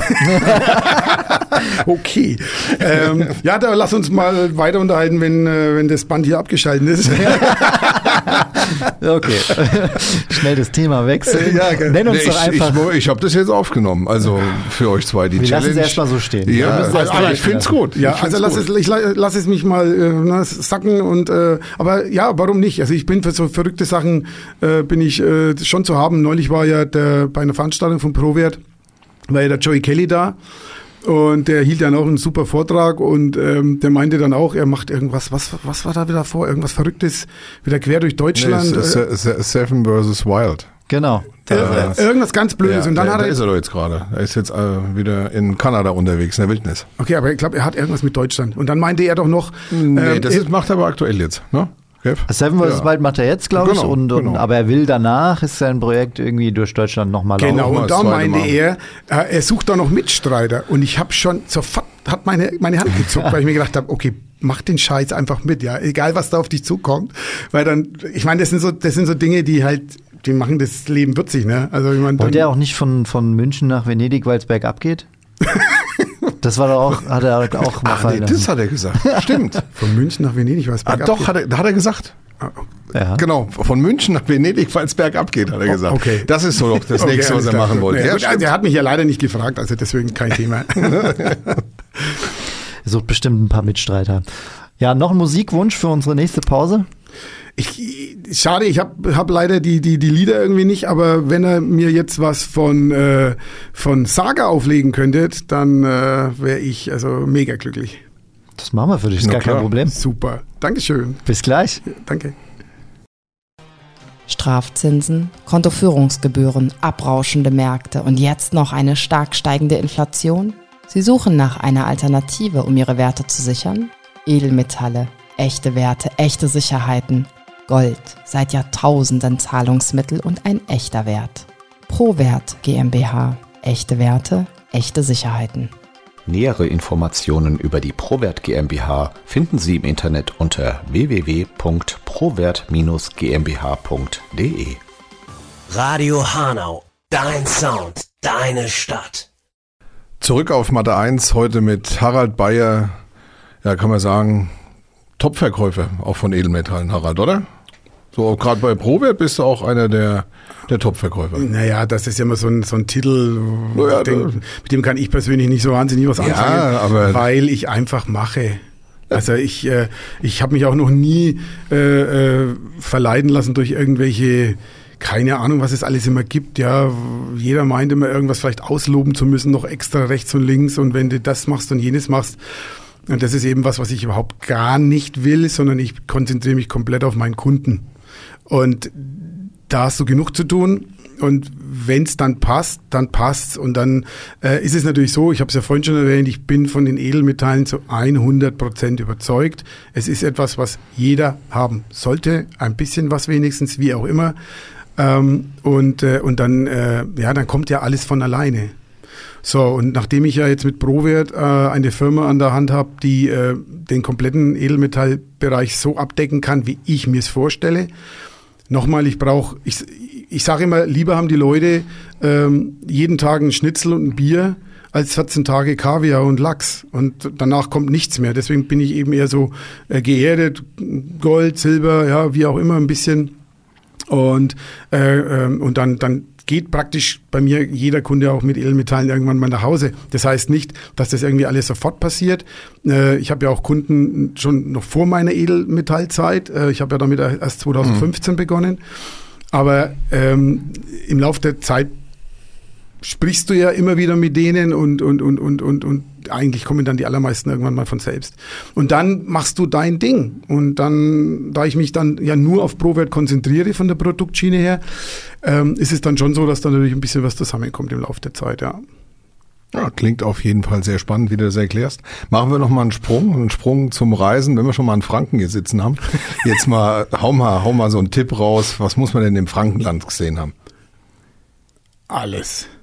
Okay. Da lass uns mal weiter unterhalten, wenn das Band hier abgeschaltet ist. Okay. Schnell das Thema wechseln. Ja, nenn uns doch einfach. Ich habe das jetzt aufgenommen, also für euch zwei die Wir Challenge. lassen es erstmal so stehen. Ja, ich finde es gut. Ja, also lass es mich mal sacken und aber ja, warum nicht? Also ich bin für so verrückte Sachen bin ich schon zu haben. Neulich war ja bei einer Veranstaltung von ProWert, war ja der Joey Kelly da. Und der hielt dann auch einen super Vortrag und der meinte dann auch, er macht irgendwas, was war da wieder vor? Irgendwas Verrücktes, wieder quer durch Deutschland. Seven vs. Wild. Genau. Irgendwas ganz Blödes. Ja, und dann da ist er doch jetzt gerade. Er ist jetzt wieder in Kanada unterwegs, in der Wildnis. Okay, aber ich glaube, er hat irgendwas mit Deutschland. Und dann meinte er doch noch... Nee, macht er aber aktuell jetzt, ne? Seven vs. Wild macht er jetzt, glaube ich, genau. Aber er will danach, ist sein Projekt irgendwie durch Deutschland nochmal laufen. Genau, und da meinte er sucht da noch Mitstreiter und ich habe schon sofort, hat meine Hand gezuckt, weil ich mir gedacht habe, okay, mach den Scheiß einfach mit, ja, egal was da auf dich zukommt, weil dann, ich meine, das sind so Dinge, die machen das Leben würzig, ne? Also ich meine, wollte er auch nicht von München nach Venedig, weil es bergab geht? Das war doch auch, hat er auch mal fallen lassen. Das hat er gesagt. Stimmt. Von München nach Venedig, weil es bergab Doch, geht. hat er gesagt. Ja. Genau, von München nach Venedig, weil es bergab geht, hat er gesagt. Okay. Das ist so doch das nächste, was alles er klar. machen wollte. Ja, Ja, gut, also er hat mich ja leider nicht gefragt, also deswegen kein Thema. Er sucht bestimmt ein paar Mitstreiter. Ja, noch ein Musikwunsch für unsere nächste Pause? Schade, ich hab leider die Lieder irgendwie nicht, aber wenn er mir jetzt was von Saga auflegen könntet, dann wäre ich also mega glücklich. Das machen wir für dich, ist Na gar klar. kein Problem. Super, Dankeschön. Bis gleich. Danke. Strafzinsen, Kontoführungsgebühren, abrauschende Märkte und jetzt noch eine stark steigende Inflation? Sie suchen nach einer Alternative, um ihre Werte zu sichern? Edelmetalle, echte Werte, echte Sicherheiten. Gold, seit Jahrtausenden Zahlungsmittel und ein echter Wert. ProWert GmbH. Echte Werte, echte Sicherheiten. Nähere Informationen über die ProWert GmbH finden Sie im Internet unter www.prowert-gmbh.de. Radio Hanau, dein Sound, deine Stadt. Zurück auf Mathe 1, heute mit Harald Bayer, ja, kann man sagen, Top-Verkäufer auch von Edelmetallen, Harald, oder? So, gerade bei ProWert bist du auch einer der Top-Verkäufer. Naja, das ist ja immer so ein Titel, Naja, mit dem kann ich persönlich nicht so wahnsinnig was anfangen, aber weil ich einfach mache. Also ich habe mich auch noch nie verleiten lassen durch irgendwelche, keine Ahnung, was es alles immer gibt. Ja, jeder meint immer, irgendwas vielleicht ausloben zu müssen, noch extra rechts und links. Und wenn du das machst und jenes machst, und das ist eben was ich überhaupt gar nicht will, sondern ich konzentriere mich komplett auf meinen Kunden. Und da hast du genug zu tun. Und wenn es dann passt, dann passt's. Und dann ist es natürlich so, ich habe es ja vorhin schon erwähnt, ich bin von den Edelmetallen zu 100% überzeugt. Es ist etwas, was jeder haben sollte, ein bisschen was wenigstens, wie auch immer. Und dann kommt ja alles von alleine. So, und nachdem ich ja jetzt mit ProWert eine Firma an der Hand habe, die den kompletten Edelmetallbereich so abdecken kann, wie ich mir es vorstelle. Nochmal, ich sage immer, lieber haben die Leute jeden Tag einen Schnitzel und ein Bier als 14 Tage Kaviar und Lachs. Und danach kommt nichts mehr. Deswegen bin ich eben eher so geerdet, Gold, Silber, ja, wie auch immer ein bisschen. Und dann geht praktisch bei mir jeder Kunde auch mit Edelmetallen irgendwann mal nach Hause. Das heißt nicht, dass das irgendwie alles sofort passiert. Ich habe ja auch Kunden schon noch vor meiner Edelmetallzeit. Ich habe ja damit erst 2015 begonnen. Aber im Laufe der Zeit sprichst du ja immer wieder mit denen und eigentlich kommen dann die allermeisten irgendwann mal von selbst. Und dann machst du dein Ding. Und dann, da ich mich dann ja nur auf ProWert konzentriere von der Produktschiene her, ist es dann schon so, dass da natürlich ein bisschen was zusammenkommt im Laufe der Zeit, ja. Ja, klingt auf jeden Fall sehr spannend, wie du das erklärst. Machen wir noch mal einen Sprung zum Reisen, wenn wir schon mal einen Franken hier sitzen haben. Jetzt mal, hau mal so einen Tipp raus. Was muss man denn im Frankenland gesehen haben? Alles.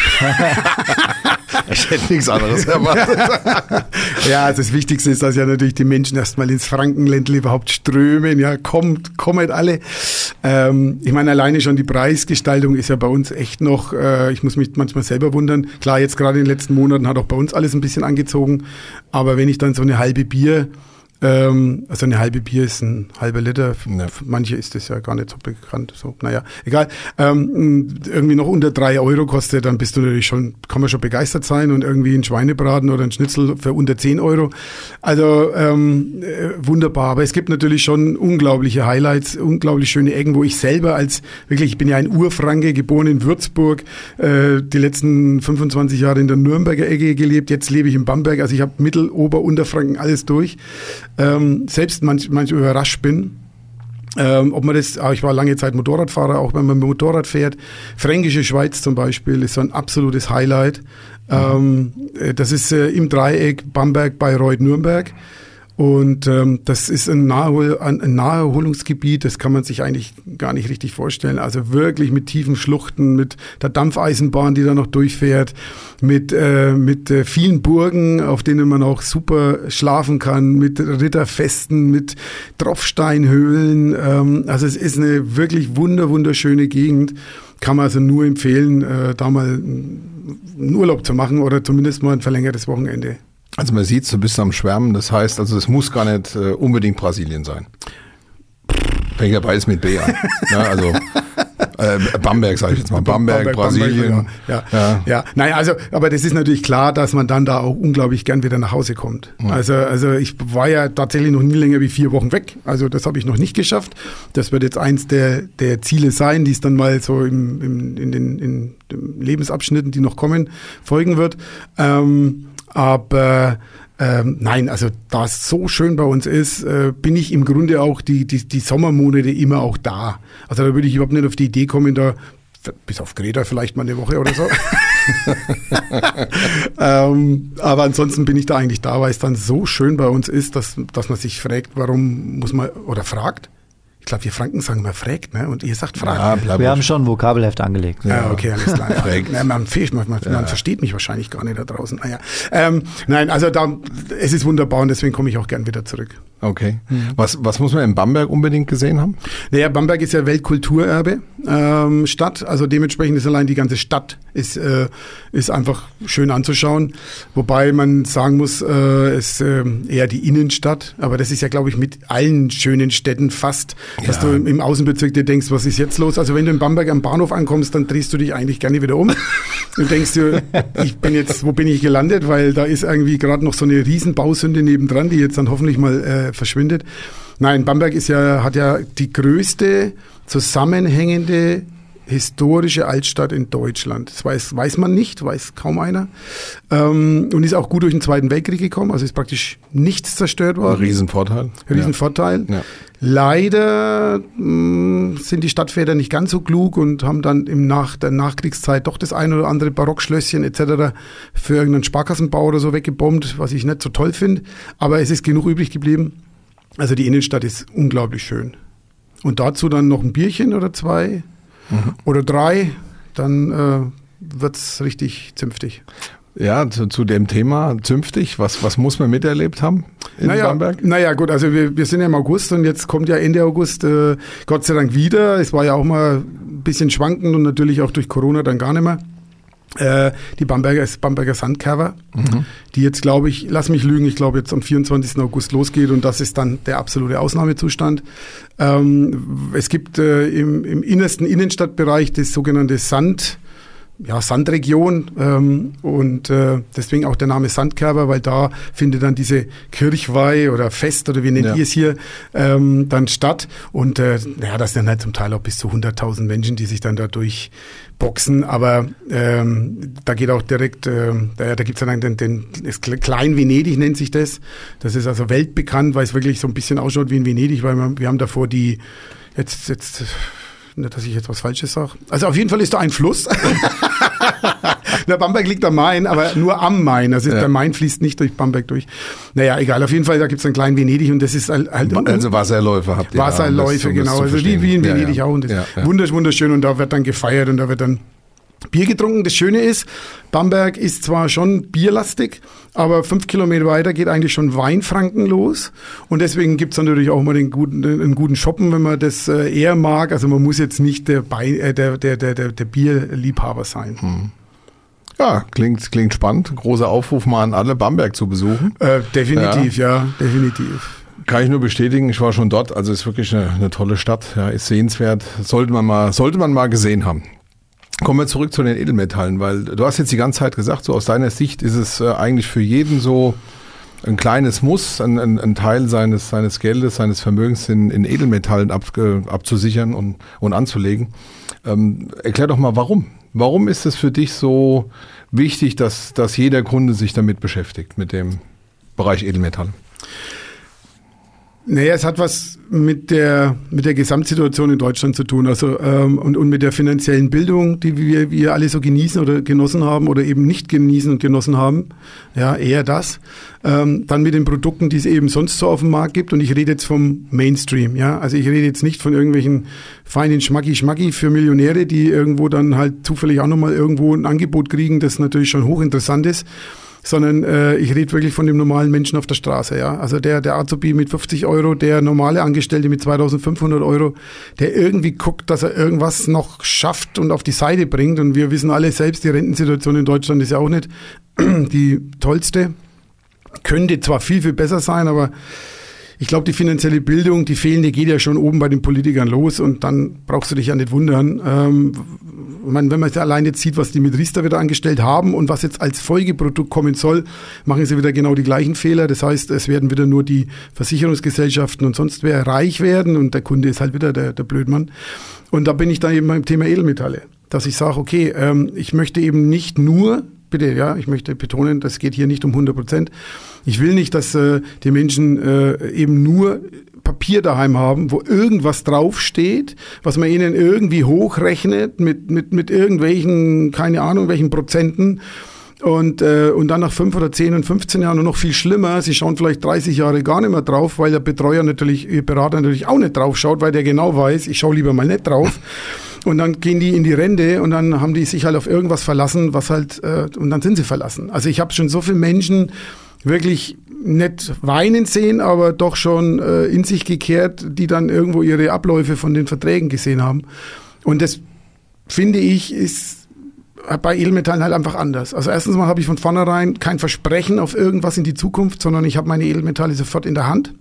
Ich hätte nichts anderes erwartet. Ja, also das Wichtigste ist, dass ja natürlich die Menschen erstmal ins Frankenländle überhaupt strömen. Ja, kommt alle. Ich meine, alleine schon die Preisgestaltung ist ja bei uns echt noch, ich muss mich manchmal selber wundern. Klar, jetzt gerade in den letzten Monaten hat auch bei uns alles ein bisschen angezogen. Aber wenn ich dann so eine halbe Bier, also eine halbe Bier ist ein halber Liter, für manche ist das ja gar nicht so bekannt, so, naja, egal, irgendwie noch unter 3 Euro kostet, dann bist du natürlich schon, kann man schon begeistert sein, und irgendwie ein Schweinebraten oder ein Schnitzel für unter 10 Euro, also wunderbar, aber es gibt natürlich schon unglaubliche Highlights, unglaublich schöne Ecken, wo ich selber ich bin ja ein Urfranke, geboren in Würzburg, die letzten 25 Jahre in der Nürnberger Ecke gelebt, jetzt lebe ich in Bamberg, also ich habe Mittel-, Ober-, Unterfranken, alles durch. Selbst manchmal überrascht bin, ob man das, ich war lange Zeit Motorradfahrer, auch wenn man Motorrad fährt. Fränkische Schweiz zum Beispiel ist so ein absolutes Highlight. Das ist im Dreieck Bamberg, Bayreuth, Nürnberg. Und das ist ein Naherholungsgebiet, das kann man sich eigentlich gar nicht richtig vorstellen. Also wirklich mit tiefen Schluchten, mit der Dampfeisenbahn, die da noch durchfährt, mit vielen Burgen, auf denen man auch super schlafen kann, mit Ritterfesten, mit Tropfsteinhöhlen. Also es ist eine wirklich wunderschöne Gegend. Kann man also nur empfehlen, da mal einen Urlaub zu machen oder zumindest mal ein verlängertes Wochenende. Also man sieht, du bist am Schwärmen, das heißt, also es muss gar nicht unbedingt Brasilien sein. Fängt ja beides mit B an. Ja, also Bamberg, sage ich jetzt mal. Bamberg, Brasilien. Ja. Naja, also, aber das ist natürlich klar, dass man dann da auch unglaublich gern wieder nach Hause kommt. Ja. Also ich war ja tatsächlich noch nie länger wie 4 Wochen weg. Also das habe ich noch nicht geschafft. Das wird jetzt eins der Ziele sein, die es dann mal so in den Lebensabschnitten, die noch kommen, folgen wird. Aber nein, also da es so schön bei uns ist, bin ich im Grunde auch die Sommermonate immer auch da. Also da würde ich überhaupt nicht auf die Idee kommen, da bis auf Kreta vielleicht mal eine Woche oder so. Aber ansonsten bin ich da eigentlich da, weil es dann so schön bei uns ist, dass man sich fragt, warum muss man, oder fragt. Ich glaube, wir Franken sagen immer fragt, ne? Und ihr sagt fragt. Ja, wir haben schon ein Vokabelheft angelegt. Ja, okay, alles klar. Ja. Man versteht mich wahrscheinlich gar nicht da draußen. Nein, also es ist wunderbar und deswegen komme ich auch gern wieder zurück. Okay. Was muss man in Bamberg unbedingt gesehen haben? Naja, Bamberg ist ja Weltkulturerbe Stadt, also dementsprechend ist allein die ganze Stadt ist einfach schön anzuschauen, wobei man sagen muss, es eher die Innenstadt, aber das ist ja, glaube ich, mit allen schönen Städten fast, dass du im Außenbezirk dir denkst, was ist jetzt los? Also wenn du in Bamberg am Bahnhof ankommst, dann drehst du dich eigentlich gerne wieder um und denkst dir, wo bin ich gelandet? Weil da ist irgendwie gerade noch so eine riesen Bausünde nebendran, die jetzt dann hoffentlich mal verschwindet. Nein, Bamberg hat ja die größte zusammenhängende historische Altstadt in Deutschland. Das weiß man nicht, weiß kaum einer. Und ist auch gut durch den Zweiten Weltkrieg gekommen, also ist praktisch nichts zerstört worden. Riesenvorteil. Riesenvorteil. Ja. Leider sind die Stadtväter nicht ganz so klug und haben dann nach der Nachkriegszeit doch das ein oder andere Barockschlösschen etc. für irgendeinen Sparkassenbau oder so weggebombt, was ich nicht so toll finde. Aber es ist genug übrig geblieben. Also die Innenstadt ist unglaublich schön. Und dazu dann noch ein Bierchen oder 2 oder 3, dann wird's richtig zünftig. Ja, zu dem Thema zünftig, was muss man miterlebt haben in Bamberg? Naja, gut, also wir sind ja im August und jetzt kommt ja Ende August Gott sei Dank wieder. Es war ja auch mal ein bisschen schwankend und natürlich auch durch Corona dann gar nicht mehr. Die Bamberger Sandkerber, die jetzt, glaube ich, lass mich lügen, ich glaube jetzt am 24. August losgeht und das ist dann der absolute Ausnahmezustand. Es gibt im innersten Innenstadtbereich das sogenannte Sandregion und deswegen auch der Name Sandkerber, weil da findet dann diese Kirchweih oder Fest oder wie nennt ihr es hier dann statt und das sind halt zum Teil auch bis zu 100.000 Menschen, die sich dann da durchboxen, aber da geht auch direkt, da gibt es dann das Klein-Venedig nennt sich das ist also weltbekannt, weil es wirklich so ein bisschen ausschaut wie in Venedig, weil wir haben davor die jetzt nicht, dass ich jetzt was Falsches sage. Also auf jeden Fall ist da ein Fluss. Der Bamberg liegt am Main, aber nur am Main. Also der Main fließt nicht durch Bamberg durch. Naja, egal. Auf jeden Fall, da gibt es einen kleinen Venedig und das ist halt... Also Wasserläufe habt ihr. Wasserläufe, genau. Also wie in Venedig auch. Und das wunderschön. Und da wird dann gefeiert und da wird dann Bier getrunken. Das Schöne ist, Bamberg ist zwar schon bierlastig, aber 5 Kilometer weiter geht eigentlich schon Weinfranken los. Und deswegen gibt es natürlich auch mal einen guten Shoppen, wenn man das eher mag. Also man muss jetzt nicht der Bierliebhaber sein. Ja, klingt spannend. Großer Aufruf mal an alle, Bamberg zu besuchen. Definitiv, definitiv. Kann ich nur bestätigen, ich war schon dort. Also ist wirklich eine tolle Stadt. Ja, ist sehenswert. Sollte man mal gesehen haben. Kommen wir zurück zu den Edelmetallen, weil du hast jetzt die ganze Zeit gesagt, so aus deiner Sicht ist es eigentlich für jeden so ein kleines Muss, ein Teil seines Geldes, seines Vermögens in Edelmetallen abzusichern und anzulegen. Erklär doch mal, warum? Warum ist es für dich so wichtig, dass jeder Kunde sich damit beschäftigt, mit dem Bereich Edelmetalle? Naja, es hat was mit der Gesamtsituation in Deutschland zu tun, also und mit der finanziellen Bildung, die wir alle so genießen oder genossen haben oder eben nicht genießen und genossen haben. Ja, eher das. Dann mit den Produkten, die es eben sonst so auf dem Markt gibt. Und ich rede jetzt vom Mainstream. Ja, also ich rede jetzt nicht von irgendwelchen feinen Schmacki für Millionäre, die irgendwo dann halt zufällig auch nochmal irgendwo ein Angebot kriegen, das natürlich schon hochinteressant ist. Sondern ich rede wirklich von dem normalen Menschen auf der Straße. Ja, also der Azubi mit 50 Euro, der normale Angestellte mit 2.500 Euro, der irgendwie guckt, dass er irgendwas noch schafft und auf die Seite bringt. Und wir wissen alle selbst, die Rentensituation in Deutschland ist ja auch nicht die tollste. Könnte zwar viel, viel besser sein, aber ich glaube, die finanzielle Bildung, die fehlende, geht ja schon oben bei den Politikern los und dann brauchst du dich ja nicht wundern. Wenn man allein jetzt sieht, was die mit Riester wieder angestellt haben und was jetzt als Folgeprodukt kommen soll, machen sie wieder genau die gleichen Fehler. Das heißt, es werden wieder nur die Versicherungsgesellschaften und sonst wer reich werden und der Kunde ist halt wieder der Blödmann. Und da bin ich dann eben beim Thema Edelmetalle, dass ich sage, okay, ich möchte eben nicht nur, bitte, ja, ich möchte betonen, das geht hier nicht um 100%. Ich will nicht, dass die Menschen eben nur Papier daheim haben, wo irgendwas draufsteht, was man ihnen irgendwie hochrechnet mit irgendwelchen, keine Ahnung, welchen Prozenten. Und dann nach 5 oder 10 und 15 Jahren und noch viel schlimmer, sie schauen vielleicht 30 Jahre gar nicht mehr drauf, weil der Berater natürlich auch nicht drauf schaut, weil der genau weiß, ich schaue lieber mal nicht drauf. Und dann gehen die in die Rente und dann haben die sich halt auf irgendwas verlassen, was halt, und dann sind sie verlassen. Also ich habe schon so viele Menschen wirklich nicht weinen sehen, aber doch schon in sich gekehrt, die dann irgendwo ihre Abläufe von den Verträgen gesehen haben. Und das, finde ich, ist bei Edelmetallen halt einfach anders. Also erstens mal habe ich von vornherein kein Versprechen auf irgendwas in die Zukunft, sondern ich habe meine Edelmetalle sofort in der Hand.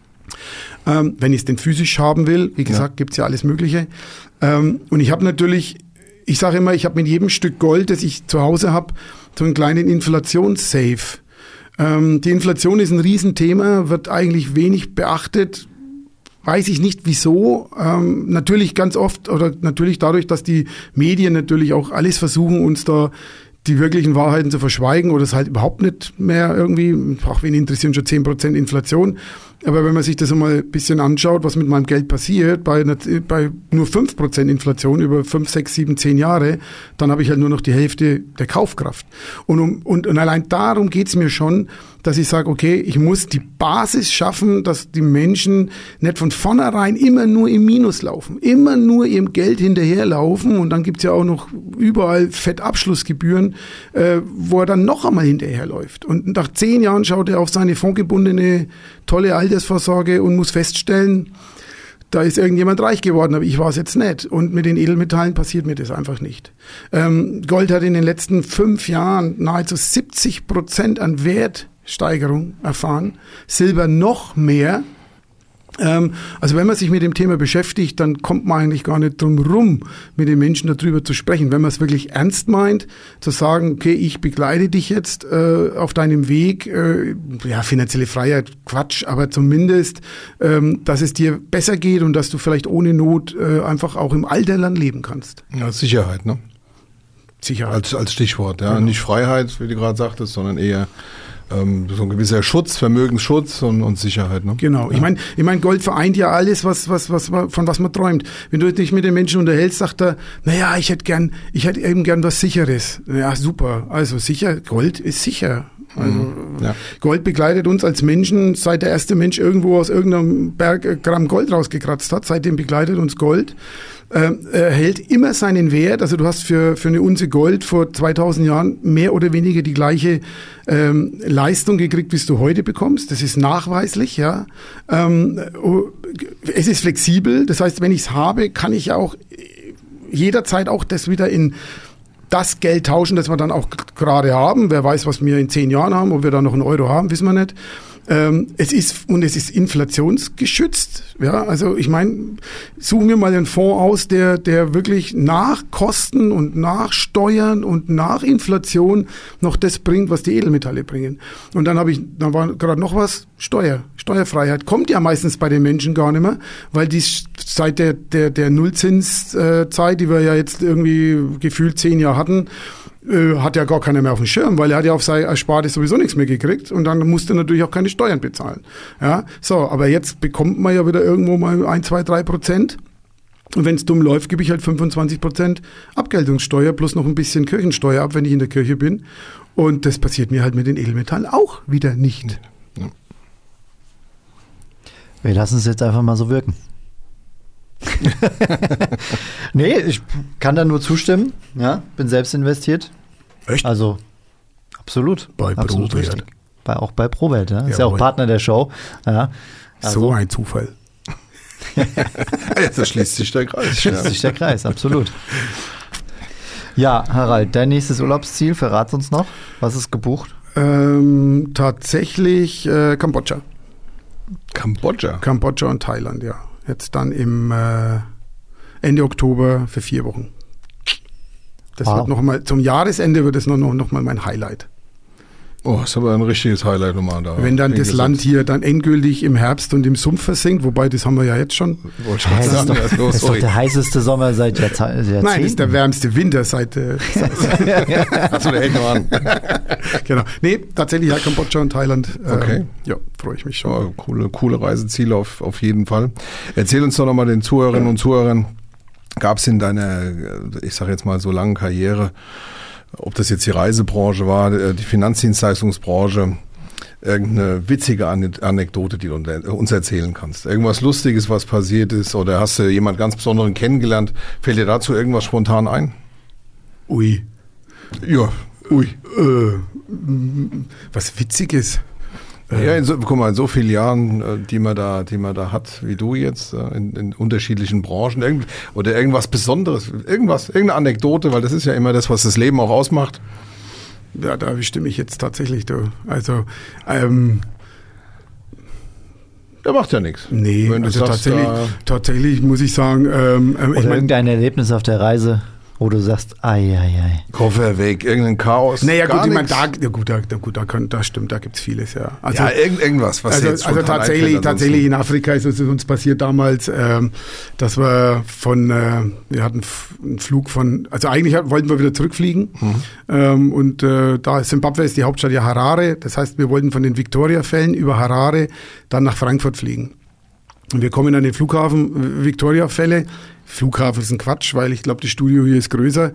Wenn ich es denn physisch haben will, wie gesagt, gibt's ja alles Mögliche. Und ich habe natürlich, ich sage immer, ich habe mit jedem Stück Gold, das ich zu Hause habe, so einen kleinen Inflationssafe. Die Inflation ist ein Riesenthema, wird eigentlich wenig beachtet. Weiß ich nicht wieso. Natürlich ganz oft oder natürlich dadurch, dass die Medien natürlich auch alles versuchen, uns da die wirklichen Wahrheiten zu verschweigen oder es halt überhaupt nicht mehr irgendwie, auch wen interessieren schon 10% Inflation. Aber wenn man sich das einmal ein bisschen anschaut, was mit meinem Geld passiert, bei nur 5% Inflation über 5, 6, 7, 10 Jahre, dann habe ich halt nur noch die Hälfte der Kaufkraft. Und allein darum geht's mir schon, dass ich sage, okay, ich muss die Basis schaffen, dass die Menschen nicht von vornherein immer nur im Minus laufen, immer nur ihrem Geld hinterherlaufen und dann gibt's ja auch noch überall Fettabschlussgebühren, wo er dann noch einmal hinterherläuft. Und nach 10 Jahren schaut er auf seine fondgebundene tolle Altersvorsorge und muss feststellen, da ist irgendjemand reich geworden, aber ich war es jetzt nicht. Und mit den Edelmetallen passiert mir das einfach nicht. Gold hat in den letzten 5 Jahren nahezu 70% an Wertsteigerung erfahren, Silber noch mehr. Also wenn man sich mit dem Thema beschäftigt, dann kommt man eigentlich gar nicht drum rum, mit den Menschen darüber zu sprechen. Wenn man es wirklich ernst meint, zu sagen, okay, ich begleite dich jetzt auf deinem Weg, finanzielle Freiheit, Quatsch, aber zumindest, dass es dir besser geht und dass du vielleicht ohne Not einfach auch im Alter lang leben kannst. Ja, Sicherheit, ne? Sicherheit. Als Stichwort, ja. Genau. Nicht Freiheit, wie du gerade sagtest, sondern eher so ein gewisser Schutz, Vermögensschutz und Sicherheit. Ne? Genau. Ja. Ich meine, Gold vereint ja alles, von was man träumt. Wenn du dich mit den Menschen unterhältst, sagt er, naja, ich hätte eben gern was Sicheres. Ja, super. Also sicher, Gold ist sicher. Also Gold begleitet uns als Menschen, seit der erste Mensch irgendwo aus irgendeinem Berg Gramm Gold rausgekratzt hat. Seitdem begleitet uns Gold. Hält immer seinen Wert. Also du hast für eine Unze Gold vor 2000 Jahren mehr oder weniger die gleiche Leistung gekriegt, wie du heute bekommst. Das ist nachweislich, ja. Es ist flexibel. Das heißt, wenn ich es habe, kann ich ja auch jederzeit auch das wieder in das Geld tauschen, das wir dann auch gerade haben. Wer weiß, was wir in 10 Jahren haben, ob wir da noch einen Euro haben, wissen wir nicht. Es ist inflationsgeschützt. Ja, also ich meine, suchen wir mal einen Fonds aus, der wirklich nach Kosten und nach Steuern und nach Inflation noch das bringt, was die Edelmetalle bringen. Und dann war gerade noch was, Steuerfreiheit. Kommt ja meistens bei den Menschen gar nicht mehr, weil die seit der Nullzinszeit, die wir ja jetzt irgendwie gefühlt 10 Jahre hatten, hat ja gar keiner mehr auf dem Schirm, weil er hat ja auf seine Erspartes sowieso nichts mehr gekriegt und dann musste er natürlich auch keine Steuern bezahlen. Ja, so, aber jetzt bekommt man ja wieder irgendwo mal 1, 2, 3%. Und wenn es dumm läuft, gebe ich halt 25% Abgeltungssteuer plus noch ein bisschen Kirchensteuer ab, wenn ich in der Kirche bin. Und das passiert mir halt mit den Edelmetallen auch wieder nicht. Ja. Wir lassen es jetzt einfach mal so wirken. Nee, ich kann da nur zustimmen. Ja, bin selbst investiert. Echt? Also, absolut. Bei absolut ProWelt. richtig. Auch bei ProWelt, ja. Ist ja auch Jawohl. Partner der Show. Ja. Also, So ein Zufall. Jetzt schließt sich der Kreis. schließt sich der Kreis, absolut. Ja, Harald, dein nächstes Urlaubsziel, verrat uns noch. Was ist gebucht? Tatsächlich Kambodscha. Kambodscha und Thailand, ja. Jetzt dann im Ende Oktober für 4 Wochen. Das Wow. wird noch mal, zum Jahresende wird es noch mal mein Highlight. Oh, ist aber ein richtiges Highlight nochmal da. Wenn dann das hingesetzt. Land hier dann endgültig im Herbst und im Sumpf versinkt, wobei das haben wir ja jetzt schon. Wollte ich Das gerade ist sagen. doch, Ja, das ist doch sorry. der heißeste Sommer seit Jahrzehnten. Nein, das ist der wärmste Winter seit Achso, der hält noch an. genau. Nee, tatsächlich ja Kambodscha und Thailand. Okay. Ja, freue ich mich schon. Ja, coole Reiseziele auf jeden Fall. Erzähl uns doch nochmal den Zuhörerinnen und Zuhörern, gab es in deiner, ich sage jetzt mal so langen Karriere, ob das jetzt die Reisebranche war, die Finanzdienstleistungsbranche, irgendeine witzige Anekdote, die du uns erzählen kannst? Irgendwas Lustiges, was passiert ist, oder hast du jemand ganz Besonderen kennengelernt? Fällt dir dazu irgendwas spontan ein? Ui. Ja, ui. Was Witziges. Ja, guck mal, in so vielen Jahren, die man da hat, wie du jetzt, in unterschiedlichen Branchen, oder irgendwas Besonderes, irgendeine Anekdote, weil das ist ja immer das, was das Leben auch ausmacht. Ja, da bestimme ich jetzt tatsächlich. Du. Also, Der macht ja nichts. nee, Wenn du also sagst, tatsächlich muss ich sagen, ich Oder meine, irgendein Erlebnis auf der Reise, wo du sagst, ei. Koffer weg, irgendein Chaos. naja gar gut, ich meine, nichts. da stimmt, da gibt's vieles, ja. Also, Ja, irgendwas, was dir jetzt also spontan tatsächlich, einfällt, tatsächlich in Afrika ist es uns passiert damals, dass wir wir hatten einen Flug also eigentlich wollten wir wieder zurückfliegen und da Zimbabwe ist die Hauptstadt ja Harare, das heißt, wir wollten von den Victoria-Fällen über Harare dann nach Frankfurt fliegen. Und wir kommen an den Flughafen Victoria-Fälle. Flughafen ist ein Quatsch, weil ich glaube, das Studio hier ist größer.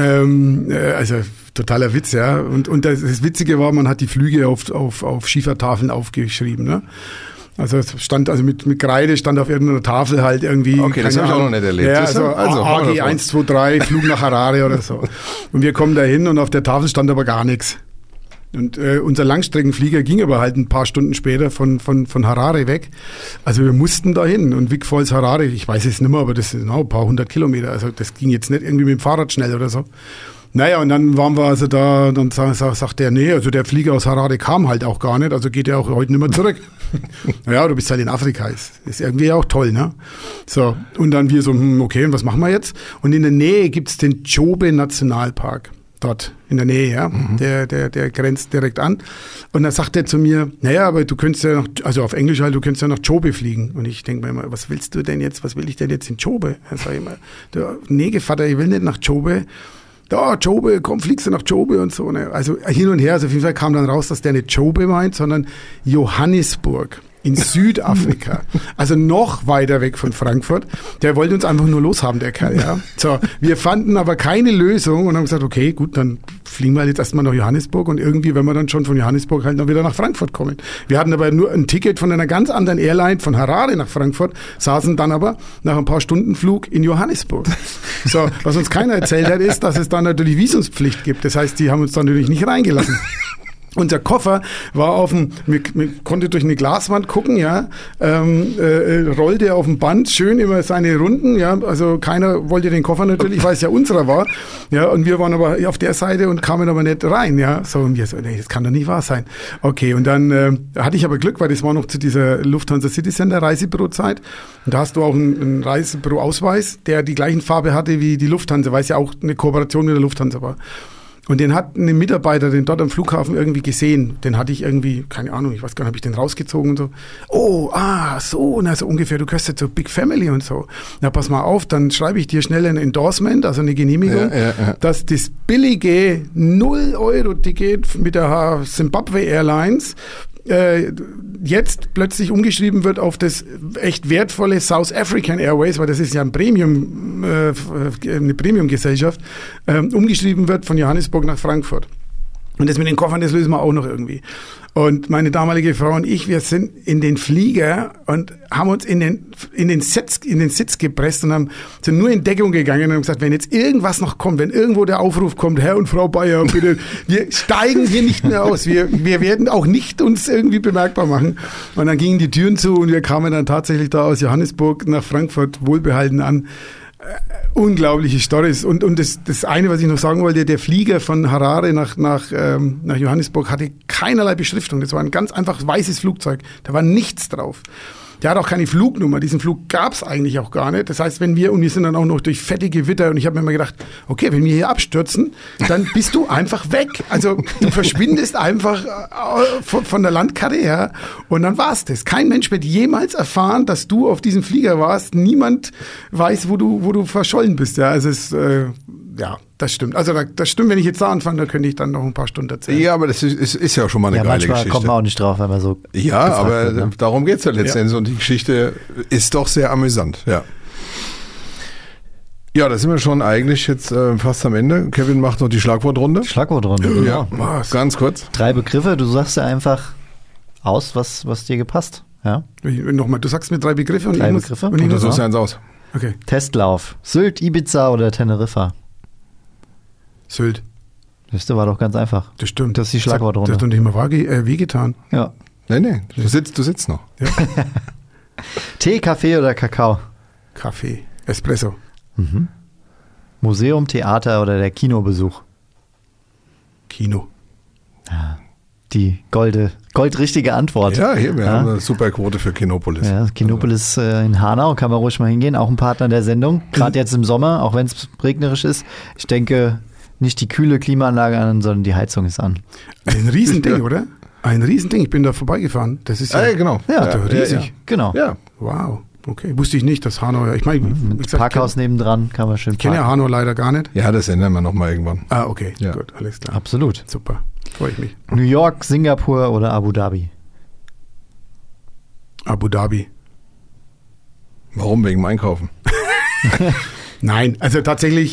Also totaler Witz, ja. Und das Witzige war, man hat die Flüge auf Schiefertafeln aufgeschrieben, ne? Also es stand mit Kreide stand auf irgendeiner Tafel halt irgendwie. Okay, das keine habe ich auch Ahnung. noch nicht erlebt. Ja, Siehst du? also machen wir AG das mal. 123, Flug nach Harare oder so. Und wir kommen da hin und auf der Tafel stand aber gar nichts. Und unser Langstreckenflieger ging aber halt ein paar Stunden später von Harare weg. Also wir mussten da hin. Und Vic Falls, Harare, ich weiß es nicht mehr, aber das sind auch ein paar 100 Kilometer. Also das ging jetzt nicht irgendwie mit dem Fahrrad schnell oder so. Naja, und dann waren wir also da, dann sagt der, nee, also der Flieger aus Harare kam halt auch gar nicht, also geht er auch heute nicht mehr zurück. Ja, du bist halt in Afrika, ist irgendwie auch toll, ne? So, und dann wir so, okay, und was machen wir jetzt? Und in der Nähe gibt's den Chobe Nationalpark. Dort in der Nähe, ja. Der grenzt direkt an. Und dann sagt er zu mir, naja, aber du könntest ja also auf Englisch halt, du könntest ja nach Chobe fliegen. Und ich denke mir immer, was willst du denn jetzt, was will ich denn jetzt in Chobe? Dann sage ich immer, nee, Vater, ich will nicht nach Chobe. Da, Chobe, komm, fliegst du nach Chobe und so. Ne? Also hin und her, also auf jeden Fall kam dann raus, dass der nicht Chobe meint, sondern Johannesburg in Südafrika. Also noch weiter weg von Frankfurt. Der wollte uns einfach nur loshaben, der Kerl, ja. So, wir fanden aber keine Lösung und haben gesagt, okay, gut, dann fliegen wir halt jetzt erstmal nach Johannesburg und irgendwie, wenn wir dann schon von Johannesburg halt noch wieder nach Frankfurt kommen. Wir hatten aber nur ein Ticket von einer ganz anderen Airline von Harare nach Frankfurt, saßen dann aber nach ein paar Stunden Flug in Johannesburg. So, was uns keiner erzählt hat, ist, dass es dann natürlich Visumspflicht gibt. Das heißt, die haben uns dann natürlich nicht reingelassen. Unser Koffer war man konnte durch eine Glaswand gucken, ja, rollte auf dem Band schön immer seine Runden, ja, also keiner wollte den Koffer natürlich, weil es ja unserer war, ja, und wir waren aber auf der Seite und kamen aber nicht rein, ja, so, und wir so, nee, das kann doch nicht wahr sein. Okay, und dann hatte ich aber Glück, weil das war noch zu dieser Lufthansa City Center Reisebürozeit, und da hast du auch einen Reisebüroausweis, der die gleichen Farbe hatte wie die Lufthansa, weil es ja auch eine Kooperation mit der Lufthansa war. Und den hat ein Mitarbeiter, den dort am Flughafen irgendwie gesehen. Den hatte ich irgendwie, keine Ahnung, ich weiß gar nicht, habe ich den rausgezogen und so. Oh, so, na, so ungefähr, du gehörst jetzt zur Big Family und so. Na, pass mal auf, dann schreibe ich dir schnell ein Endorsement, also eine Genehmigung, dass das billige 0-Euro-Ticket mit der Zimbabwe Airlines jetzt plötzlich umgeschrieben wird auf das echt wertvolle South African Airways, weil das ist ja eine Premium-Gesellschaft, umgeschrieben wird von Johannesburg nach Frankfurt. Und das mit den Koffern, das lösen wir auch noch irgendwie. Und meine damalige Frau und ich, wir sind in den Flieger und haben uns in den Sitz gepresst und sind nur in Deckung gegangen und haben gesagt, wenn jetzt irgendwas noch kommt, wenn irgendwo der Aufruf kommt, Herr und Frau Bayer, bitte, wir steigen hier nicht mehr aus. Wir werden auch nicht uns irgendwie bemerkbar machen. Und dann gingen die Türen zu und wir kamen dann tatsächlich da aus Johannesburg nach Frankfurt wohlbehalten an. Unglaubliche Storys. Und das eine, was ich noch sagen wollte, der Flieger von Harare nach Johannesburg hatte keinerlei Beschriftung. Das war ein ganz einfach weißes Flugzeug. Da war nichts drauf. Der hat auch keine Flugnummer. Diesen Flug gab es eigentlich auch gar nicht. Das heißt, wir sind dann auch noch durch fette Gewitter und ich habe mir immer gedacht, okay, wenn wir hier abstürzen, dann bist du einfach weg. Also du verschwindest einfach von der Landkarte her und dann war's das. Kein Mensch wird jemals erfahren, dass du auf diesem Flieger warst. Niemand weiß, wo du verschollen bist. Ja, also das stimmt. Also das stimmt, wenn ich jetzt da anfange, da könnte ich dann noch ein paar Stunden erzählen. Ja, aber das ist ja schon mal eine geile Geschichte. Manchmal kommt man auch nicht drauf, wenn man so aber wird, ne? Darum geht's ja letztendlich. Und die Geschichte ist doch sehr amüsant, ja. Ja, da sind wir schon eigentlich jetzt fast am Ende. Kevin macht noch die Schlagwortrunde. Genau. Ja, ganz kurz. 3 Begriffe, du sagst ja einfach aus, was dir gepasst. Ja? Nochmal, du sagst mir 3 Begriffe und 3 ich muss... Begriffe. Und du suchst eins aus. Okay. Testlauf. Sylt, Ibiza oder Teneriffa? Sylt. Das war doch ganz einfach. Das stimmt. Das ist die Schlagwortrunde. Das hat doch nicht mal wehgetan. Ja. Nee, du sitzt noch. Ja. Tee, Kaffee oder Kakao? Kaffee. Espresso. Mhm. Museum, Theater oder der Kinobesuch? Kino. Ja, die goldrichtige Antwort. Ja, hier, wir haben eine super Quote für Kinopolis. Ja, Kinopolis in Hanau, kann man ruhig mal hingehen. Auch ein Partner der Sendung. Gerade jetzt im Sommer, auch wenn es regnerisch ist. Ich denke, nicht die kühle Klimaanlage an, sondern die Heizung ist an. Ein Riesending, oder? Ein Riesending. Ich bin da vorbeigefahren. Das ist ja genau. Ja, riesig. Ja. Genau. Ja. Wow. Okay. Wusste ich nicht, dass Hanau... Ich meine, mit Parkhaus nebendran kann man schön Ich kenne ja Hanau leider gar nicht. Ja, das ändern wir nochmal irgendwann. Okay. Ja. Gut, alles klar. Absolut. Super. Freue ich mich. New York, Singapur oder Abu Dhabi? Abu Dhabi. Warum? Wegen dem Einkaufen? Nein, also tatsächlich,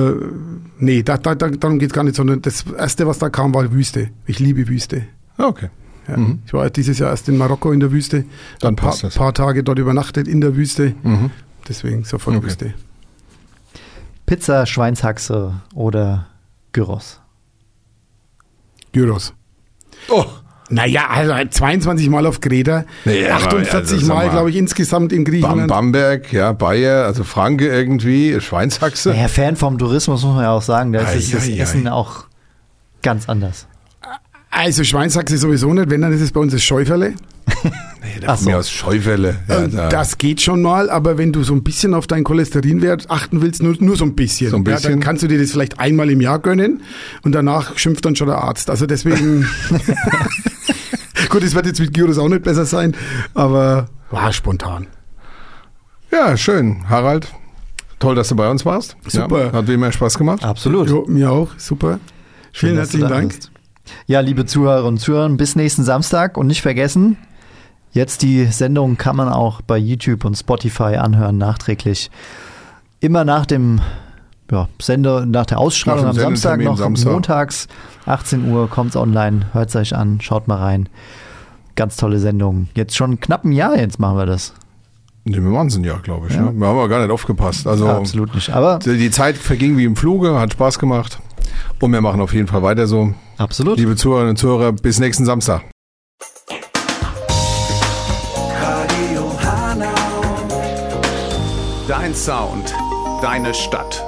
darum geht es gar nicht, sondern das Erste, was da kam, war Wüste. Ich liebe Wüste. Okay. Ja. Ich war dieses Jahr erst in Marokko in der Wüste. Dann passt das. Ein paar Tage dort übernachtet in der Wüste. Deswegen sofort Wüste. Pizza, Schweinshaxe oder Gyros? Gyros. Oh! Naja, also 22 Mal auf Kreta, 48 Mal, glaube ich, insgesamt in Griechenland. Bamberg, ja, Bayer, also Franke irgendwie, Schweinshaxe. Naja, Fan vom Tourismus muss man ja auch sagen, da ist das Essen auch ganz anders. Also Schweinshaxe sowieso nicht, wenn, dann ist es bei uns das Schäuferle. Von mir aus Schäufele. Ja, das geht schon mal, aber wenn du so ein bisschen auf deinen Cholesterinwert achten willst, nur so ein bisschen. So ein bisschen. Ja, dann kannst du dir das vielleicht einmal im Jahr gönnen und danach schimpft dann schon der Arzt. Also deswegen... Gut, es wird jetzt mit Gyros auch nicht besser sein, aber war spontan. Ja, schön. Harald, toll, dass du bei uns warst. Super. Ja, hat wie immer Spaß gemacht. Absolut. Jo, mir auch. Super. Vielen herzlichen Dank. Ja, liebe Zuhörer und Zuhörer, bis nächsten Samstag und nicht vergessen, jetzt die Sendung kann man auch bei YouTube und Spotify anhören, nachträglich. Immer nach dem nach der Ausstrahlung am Samstag, noch montags, 18 Uhr, kommt es online, hört es euch an, schaut mal rein. Ganz tolle Sendung. Jetzt schon knapp ein Jahr jetzt machen wir das. Nee, wir machen es ein Jahr, glaube ich. Ja. Ne? Wir haben aber gar nicht aufgepasst. Also absolut nicht. Aber die Zeit verging wie im Fluge, hat Spaß gemacht und wir machen auf jeden Fall weiter so. Absolut. Liebe Zuhörerinnen und Zuhörer, bis nächsten Samstag. Radio Hanau. Dein Sound, deine Stadt.